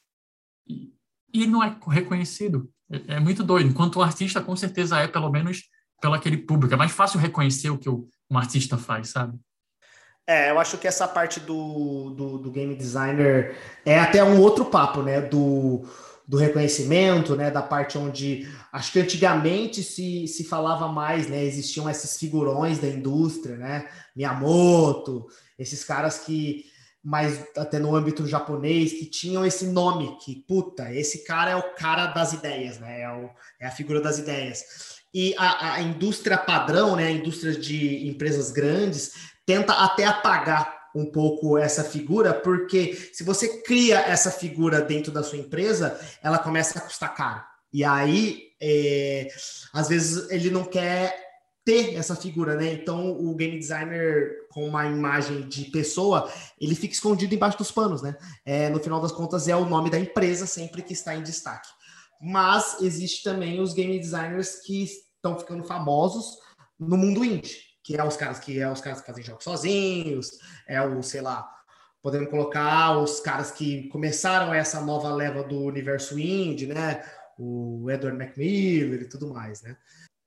B: E, e ele não é reconhecido. É, é muito doido. Enquanto o artista, com certeza, é, pelo menos, pelo aquele público. É mais fácil reconhecer o que o, um artista faz, sabe?
A: É, eu acho que essa parte do, do, do game designer é até um outro papo, né? Do, do reconhecimento, né? Da parte onde acho que antigamente se, se falava mais, né? Existiam esses figurões da indústria, né? Miyamoto, esses caras que, mais até no âmbito japonês, que tinham esse nome, que, puta, esse cara é o cara das ideias, né? É, o, é a figura das ideias. E a, a indústria padrão, né? A indústria de empresas grandes tenta até apagar um pouco essa figura, porque se você cria essa figura dentro da sua empresa, ela começa a custar caro. E aí, é, às vezes, ele não quer ter essa figura, né? Então, o game designer com uma imagem de pessoa, ele fica escondido embaixo dos panos, né? É, no final das contas, é o nome da empresa sempre que está em destaque. Mas existe também os game designers que estão ficando famosos no mundo indie, que é os caras que é os caras que fazem jogos sozinhos, é o, sei lá, podemos colocar os caras que começaram essa nova leva do universo indie, né? O Edward McMillan e tudo mais, né?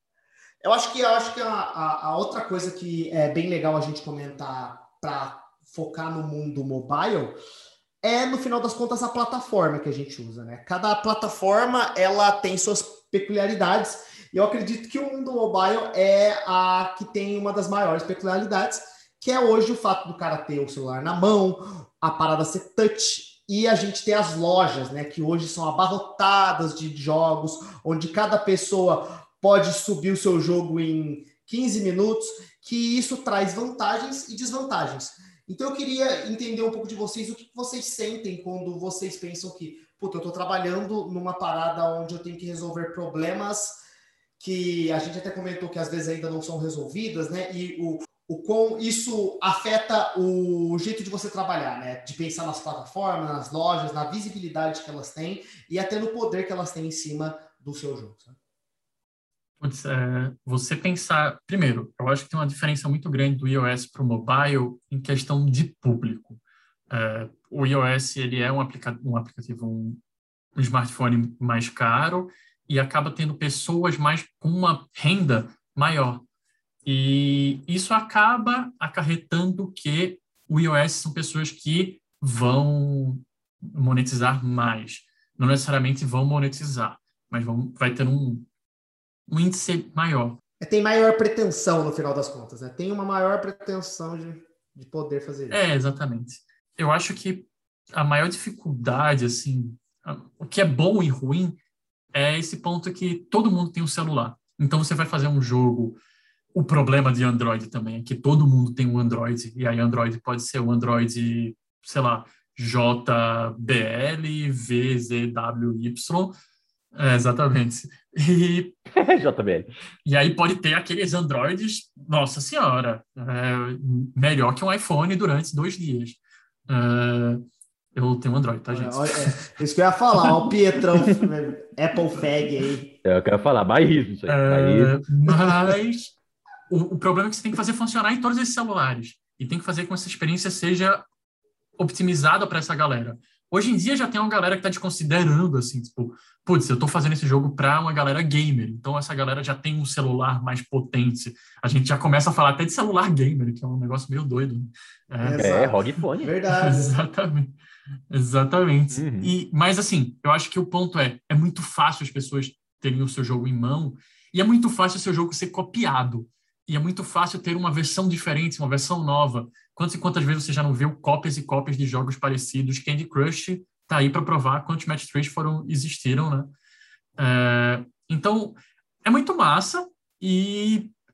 A: Eu acho que eu acho que a, a, a outra coisa que é bem legal a gente comentar para focar no mundo mobile é, no final das contas, a plataforma que a gente usa, né? Cada plataforma ela tem suas peculiaridades. E eu acredito que o mundo mobile é a que tem uma das maiores peculiaridades, que é hoje o fato do cara ter o celular na mão, a parada ser touch, e a gente ter as lojas, né? Que hoje são abarrotadas de jogos, onde cada pessoa pode subir o seu jogo em quinze minutos, que isso traz vantagens e desvantagens. Então eu queria entender um pouco de vocês, o que vocês sentem quando vocês pensam que, puta, eu estou trabalhando numa parada onde eu tenho que resolver problemas que a gente até comentou que às vezes ainda não são resolvidas, né? E o, o como isso afeta o jeito de você trabalhar, né? De pensar nas plataformas, nas lojas, na visibilidade que elas têm e até no poder que elas têm em cima do seu jogo, sabe?
B: Putz, é, você pensar... Primeiro, eu acho que tem uma diferença muito grande do iOS para o mobile em questão de público. É, o iOS, ele é um, aplica um aplicativo, um, um smartphone mais caro e acaba tendo pessoas mais com uma renda maior. E isso acaba acarretando que o iOS são pessoas que vão monetizar mais. Não necessariamente vão monetizar, mas vão, vai ter um um índice maior.
A: É, tem maior pretensão no final das contas, né? Tem uma maior pretensão de, de poder fazer isso.
B: É, exatamente. Eu acho que a maior dificuldade, assim, o que é bom e ruim é esse ponto que todo mundo tem um celular. Então você vai fazer um jogo. O problema de Android também é que todo mundo tem um Android, e aí Android pode ser um Android, sei lá, J B L, V Z W Y. É, exatamente. E,
C: J B L.
B: e aí pode ter aqueles Androids, nossa senhora, é, melhor que um iPhone durante dois dias. É, eu tenho um Android, tá, gente?
A: Olha, é, isso que eu ia falar, ó, o Pietrão, Apple Fag aí.
C: Eu quero falar, bairrismo isso aí.
B: É,
C: Bairrismo.
B: mas o, o problema é que você tem que fazer funcionar em todos esses celulares. E tem que fazer com que essa experiência seja optimizada para essa galera. Hoje em dia já tem uma galera que está desconsiderando, assim, tipo, putz, eu estou fazendo esse jogo para uma galera gamer, então essa galera já tem um celular mais potente. A gente já começa a falar até de celular gamer, que é um negócio meio doido. Né?
C: É, é ROG Phone.
A: Verdade.
B: Exatamente. Exatamente.
C: Uhum.
B: E, mas, assim, eu acho que o ponto é, é muito fácil as pessoas terem o seu jogo em mão, e é muito fácil o seu jogo ser copiado. E é muito fácil ter uma versão diferente, uma versão nova. Quantas e quantas vezes você já não viu cópias e cópias de jogos parecidos? Candy Crush tá aí para provar quantos match três foram, existiram, né? É, então, é muito massa e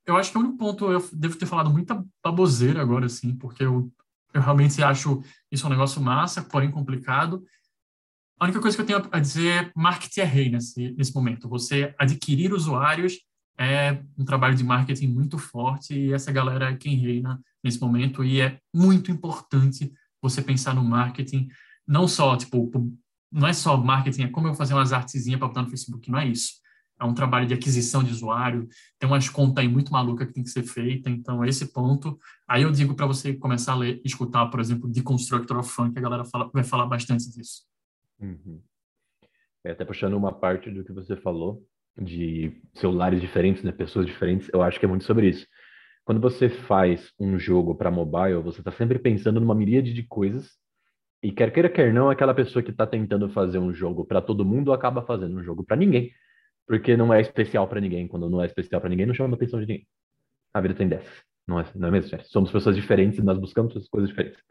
B: eu acho que é o único ponto, eu devo ter falado muita baboseira agora, assim, porque eu, eu realmente acho isso um negócio massa, porém complicado. A única coisa que eu tenho a dizer é marketing é rei nesse, nesse momento. Você adquirir usuários é um trabalho de marketing muito forte e essa galera é quem reina nesse momento e é muito importante você pensar no marketing, não só, tipo, não é só marketing, é como eu vou fazer umas artezinhas para botar no Facebook, não é isso. É um trabalho de aquisição de usuário, tem umas contas aí muito malucas que tem que ser feita, então esse ponto, aí eu digo para você começar a ler, escutar, por exemplo, de Constructor of Fun, que a galera fala, vai falar bastante disso.
C: Uhum. É, até puxando uma parte do que você falou, de celulares diferentes, né, pessoas diferentes, eu acho que é muito sobre isso. Quando você faz um jogo para mobile, você está sempre pensando numa miríade de coisas, e quer queira, quer não, aquela pessoa que está tentando fazer um jogo para todo mundo acaba fazendo um jogo para ninguém, porque não é especial para ninguém. Quando não é especial para ninguém, não chama a atenção de ninguém. A vida tem dessas, não é, não é mesmo? Somos pessoas diferentes e nós buscamos essas coisas diferentes.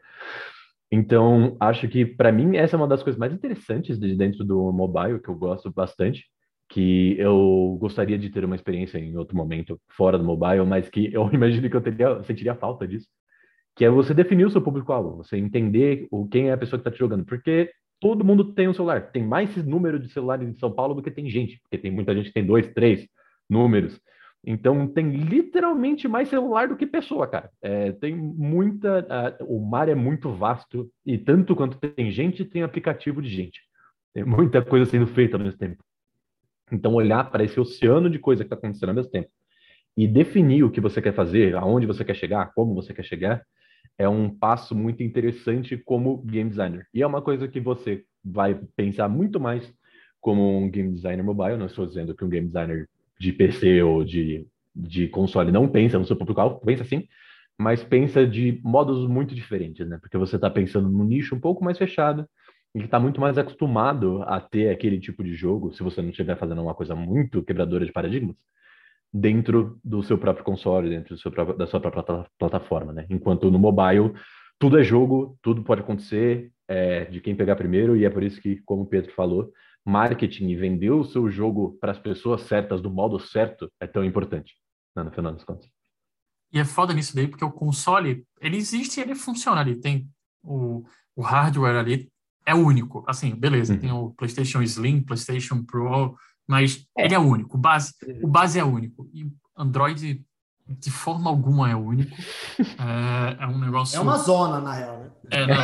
C: Então, acho que, para mim, essa é uma das coisas mais interessantes de dentro do mobile, que eu gosto bastante, que eu gostaria de ter uma experiência em outro momento fora do mobile, mas que eu imagino que eu teria, sentiria falta disso, que é você definir o seu público-alvo, você entender o, quem é a pessoa que está te jogando, porque todo mundo tem um celular. Tem mais esse número de celulares em São Paulo do que tem gente, porque tem muita gente que tem dois, três números. Então, tem literalmente mais celular do que pessoa, cara. É, tem muita... Uh, o mar é muito vasto e tanto quanto tem gente, tem aplicativo de gente. Tem muita coisa sendo feita ao mesmo tempo. Então, olhar para esse oceano de coisa que está acontecendo ao mesmo tempo e definir o que você quer fazer, aonde você quer chegar, como você quer chegar, é um passo muito interessante como game designer. E é uma coisa que você vai pensar muito mais como um game designer mobile. Não estou dizendo que um game designer de P C ou de, de console não pensa no seu público-alvo, pensa sim, mas pensa de modos muito diferentes, né? Porque você está pensando num nicho um pouco mais fechado e está muito mais acostumado a ter aquele tipo de jogo, se você não estiver fazendo uma coisa muito quebradora de paradigmas, dentro do seu próprio console, dentro do seu próprio, da sua própria plataforma, né? Enquanto no mobile, tudo é jogo, tudo pode acontecer, é, de quem pegar primeiro, e é por isso que, como o Pedro falou, marketing e vender o seu jogo para as pessoas certas, do modo certo, é tão importante, né, no final das contas.
B: E é foda nisso daí, porque o console, ele existe e ele funciona ali. Tem o, o hardware ali, é único. Assim, beleza, uhum. Tem o PlayStation Slim, PlayStation Pro, mas é. Ele é único. O base, o base é único. E Android, de forma alguma, é único. É, é um negócio...
A: É uma zona, na real, né?
B: É, não.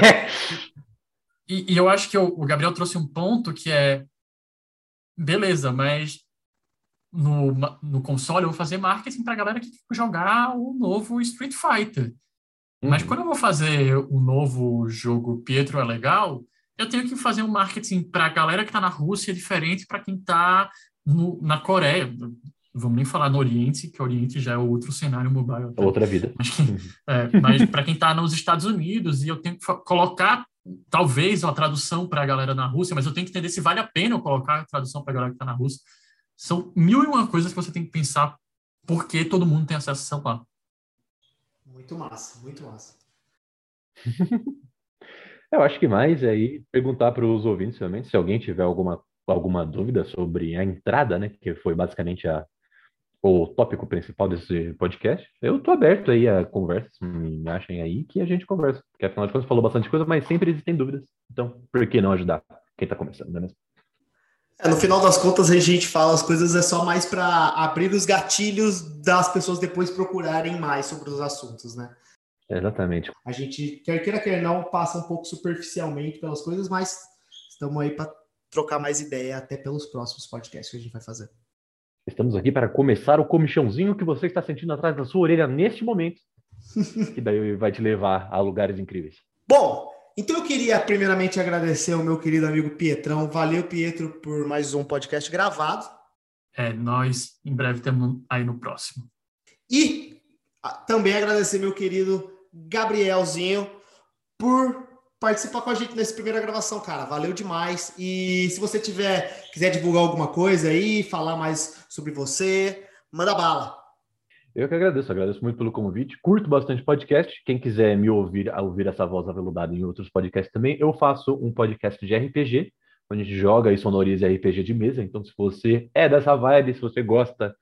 B: E, e eu acho que o, o Gabriel trouxe um ponto que é... Beleza, mas... No, no console, eu vou fazer marketing para a galera que quer jogar o novo Street Fighter. Uhum. Mas quando eu vou fazer o novo jogo Pietro é legal, eu tenho que fazer um marketing para a galera que está na Rússia diferente para quem está na Coreia. Não vamos nem falar no Oriente, que o Oriente já é outro cenário mobile. Até.
C: Outra vida.
B: Mas, é, mas para quem está nos Estados Unidos, e eu tenho que colocar, talvez, uma tradução para a galera na Rússia, mas eu tenho que entender se vale a pena eu colocar a tradução para a galera que está na Rússia. São mil e uma coisas que você tem que pensar porque todo mundo tem acesso ao celular.
A: Muito massa, muito massa.
C: Eu acho que mais é aí perguntar para os ouvintes realmente se alguém tiver alguma, alguma dúvida sobre a entrada, né, que foi basicamente a, o tópico principal desse podcast. Eu estou aberto aí a conversas, me achem aí que a gente conversa. Porque afinal de contas falou bastante coisa, mas sempre existem dúvidas. Então, por que não ajudar quem está começando, não é mesmo?
A: É, no final das contas, a gente fala as coisas é só mais para abrir os gatilhos das pessoas depois procurarem mais sobre os assuntos, né?
C: Exatamente.
A: A gente, quer queira, quer não, passa um pouco superficialmente pelas coisas, mas estamos aí para trocar mais ideia até pelos próximos podcasts que a gente vai fazer.
C: Estamos aqui para começar o comichãozinho que você está sentindo atrás da sua orelha neste momento, que daí vai te levar a lugares incríveis.
A: Bom, então eu queria primeiramente agradecer ao meu querido amigo Pietrão. Valeu, Pietro, por mais um podcast gravado.
B: É, nós em breve temos aí no próximo.
A: E também agradecer meu querido Gabrielzinho por participar com a gente nessa primeira gravação, cara. Valeu demais. E se você tiver, quiser divulgar alguma coisa aí, falar mais sobre você, manda bala.
C: Eu que agradeço, agradeço muito pelo convite. Curto bastante podcast. Quem quiser me ouvir, ouvir essa voz aveludada em outros podcasts também, eu faço um podcast de R P G, onde a gente joga e sonoriza R P G de mesa. Então, se você é dessa vibe, se você gosta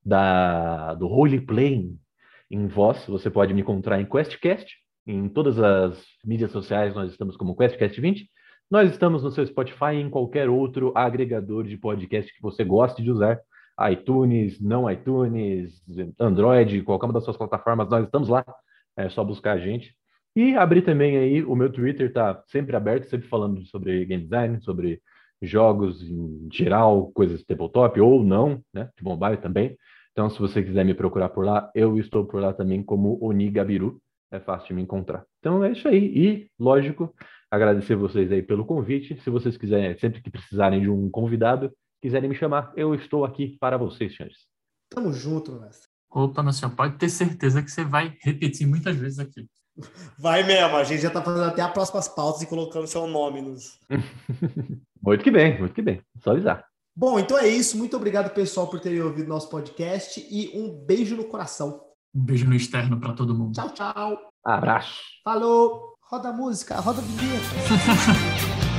C: da, do roleplaying em voz, você pode me encontrar em QuestCast. Em todas as mídias sociais nós estamos como QuestCast vinte. Nós estamos no seu Spotify e em qualquer outro agregador de podcast que você goste de usar. iTunes, não iTunes, Android, qualquer uma das suas plataformas, nós estamos lá. É só buscar a gente. E abrir também aí, o meu Twitter está sempre aberto, sempre falando sobre game design, sobre jogos em geral, coisas de tabletop ou não, né? De mobile também. Então, se você quiser me procurar por lá, eu estou por lá também como Oni Gabiru. É fácil de me encontrar. Então é isso aí. E, lógico, agradecer vocês aí pelo convite. Se vocês quiserem, sempre que precisarem de um convidado, quiserem me chamar, eu estou aqui para vocês, senhores.
A: Tamo junto, mestre.
B: Opa, meu senhor, pode ter certeza que você vai repetir muitas vezes aqui.
A: Vai mesmo, a gente já tá fazendo até as próximas pautas e colocando seu nome nos...
C: Muito que bem, muito que bem. Só avisar.
A: Bom, então é isso. Muito obrigado, pessoal, por terem ouvido nosso podcast e um beijo no coração.
B: Um beijo no externo para todo mundo.
A: Tchau, tchau.
C: Abraço.
A: Falou. Roda a música, roda a vinheta.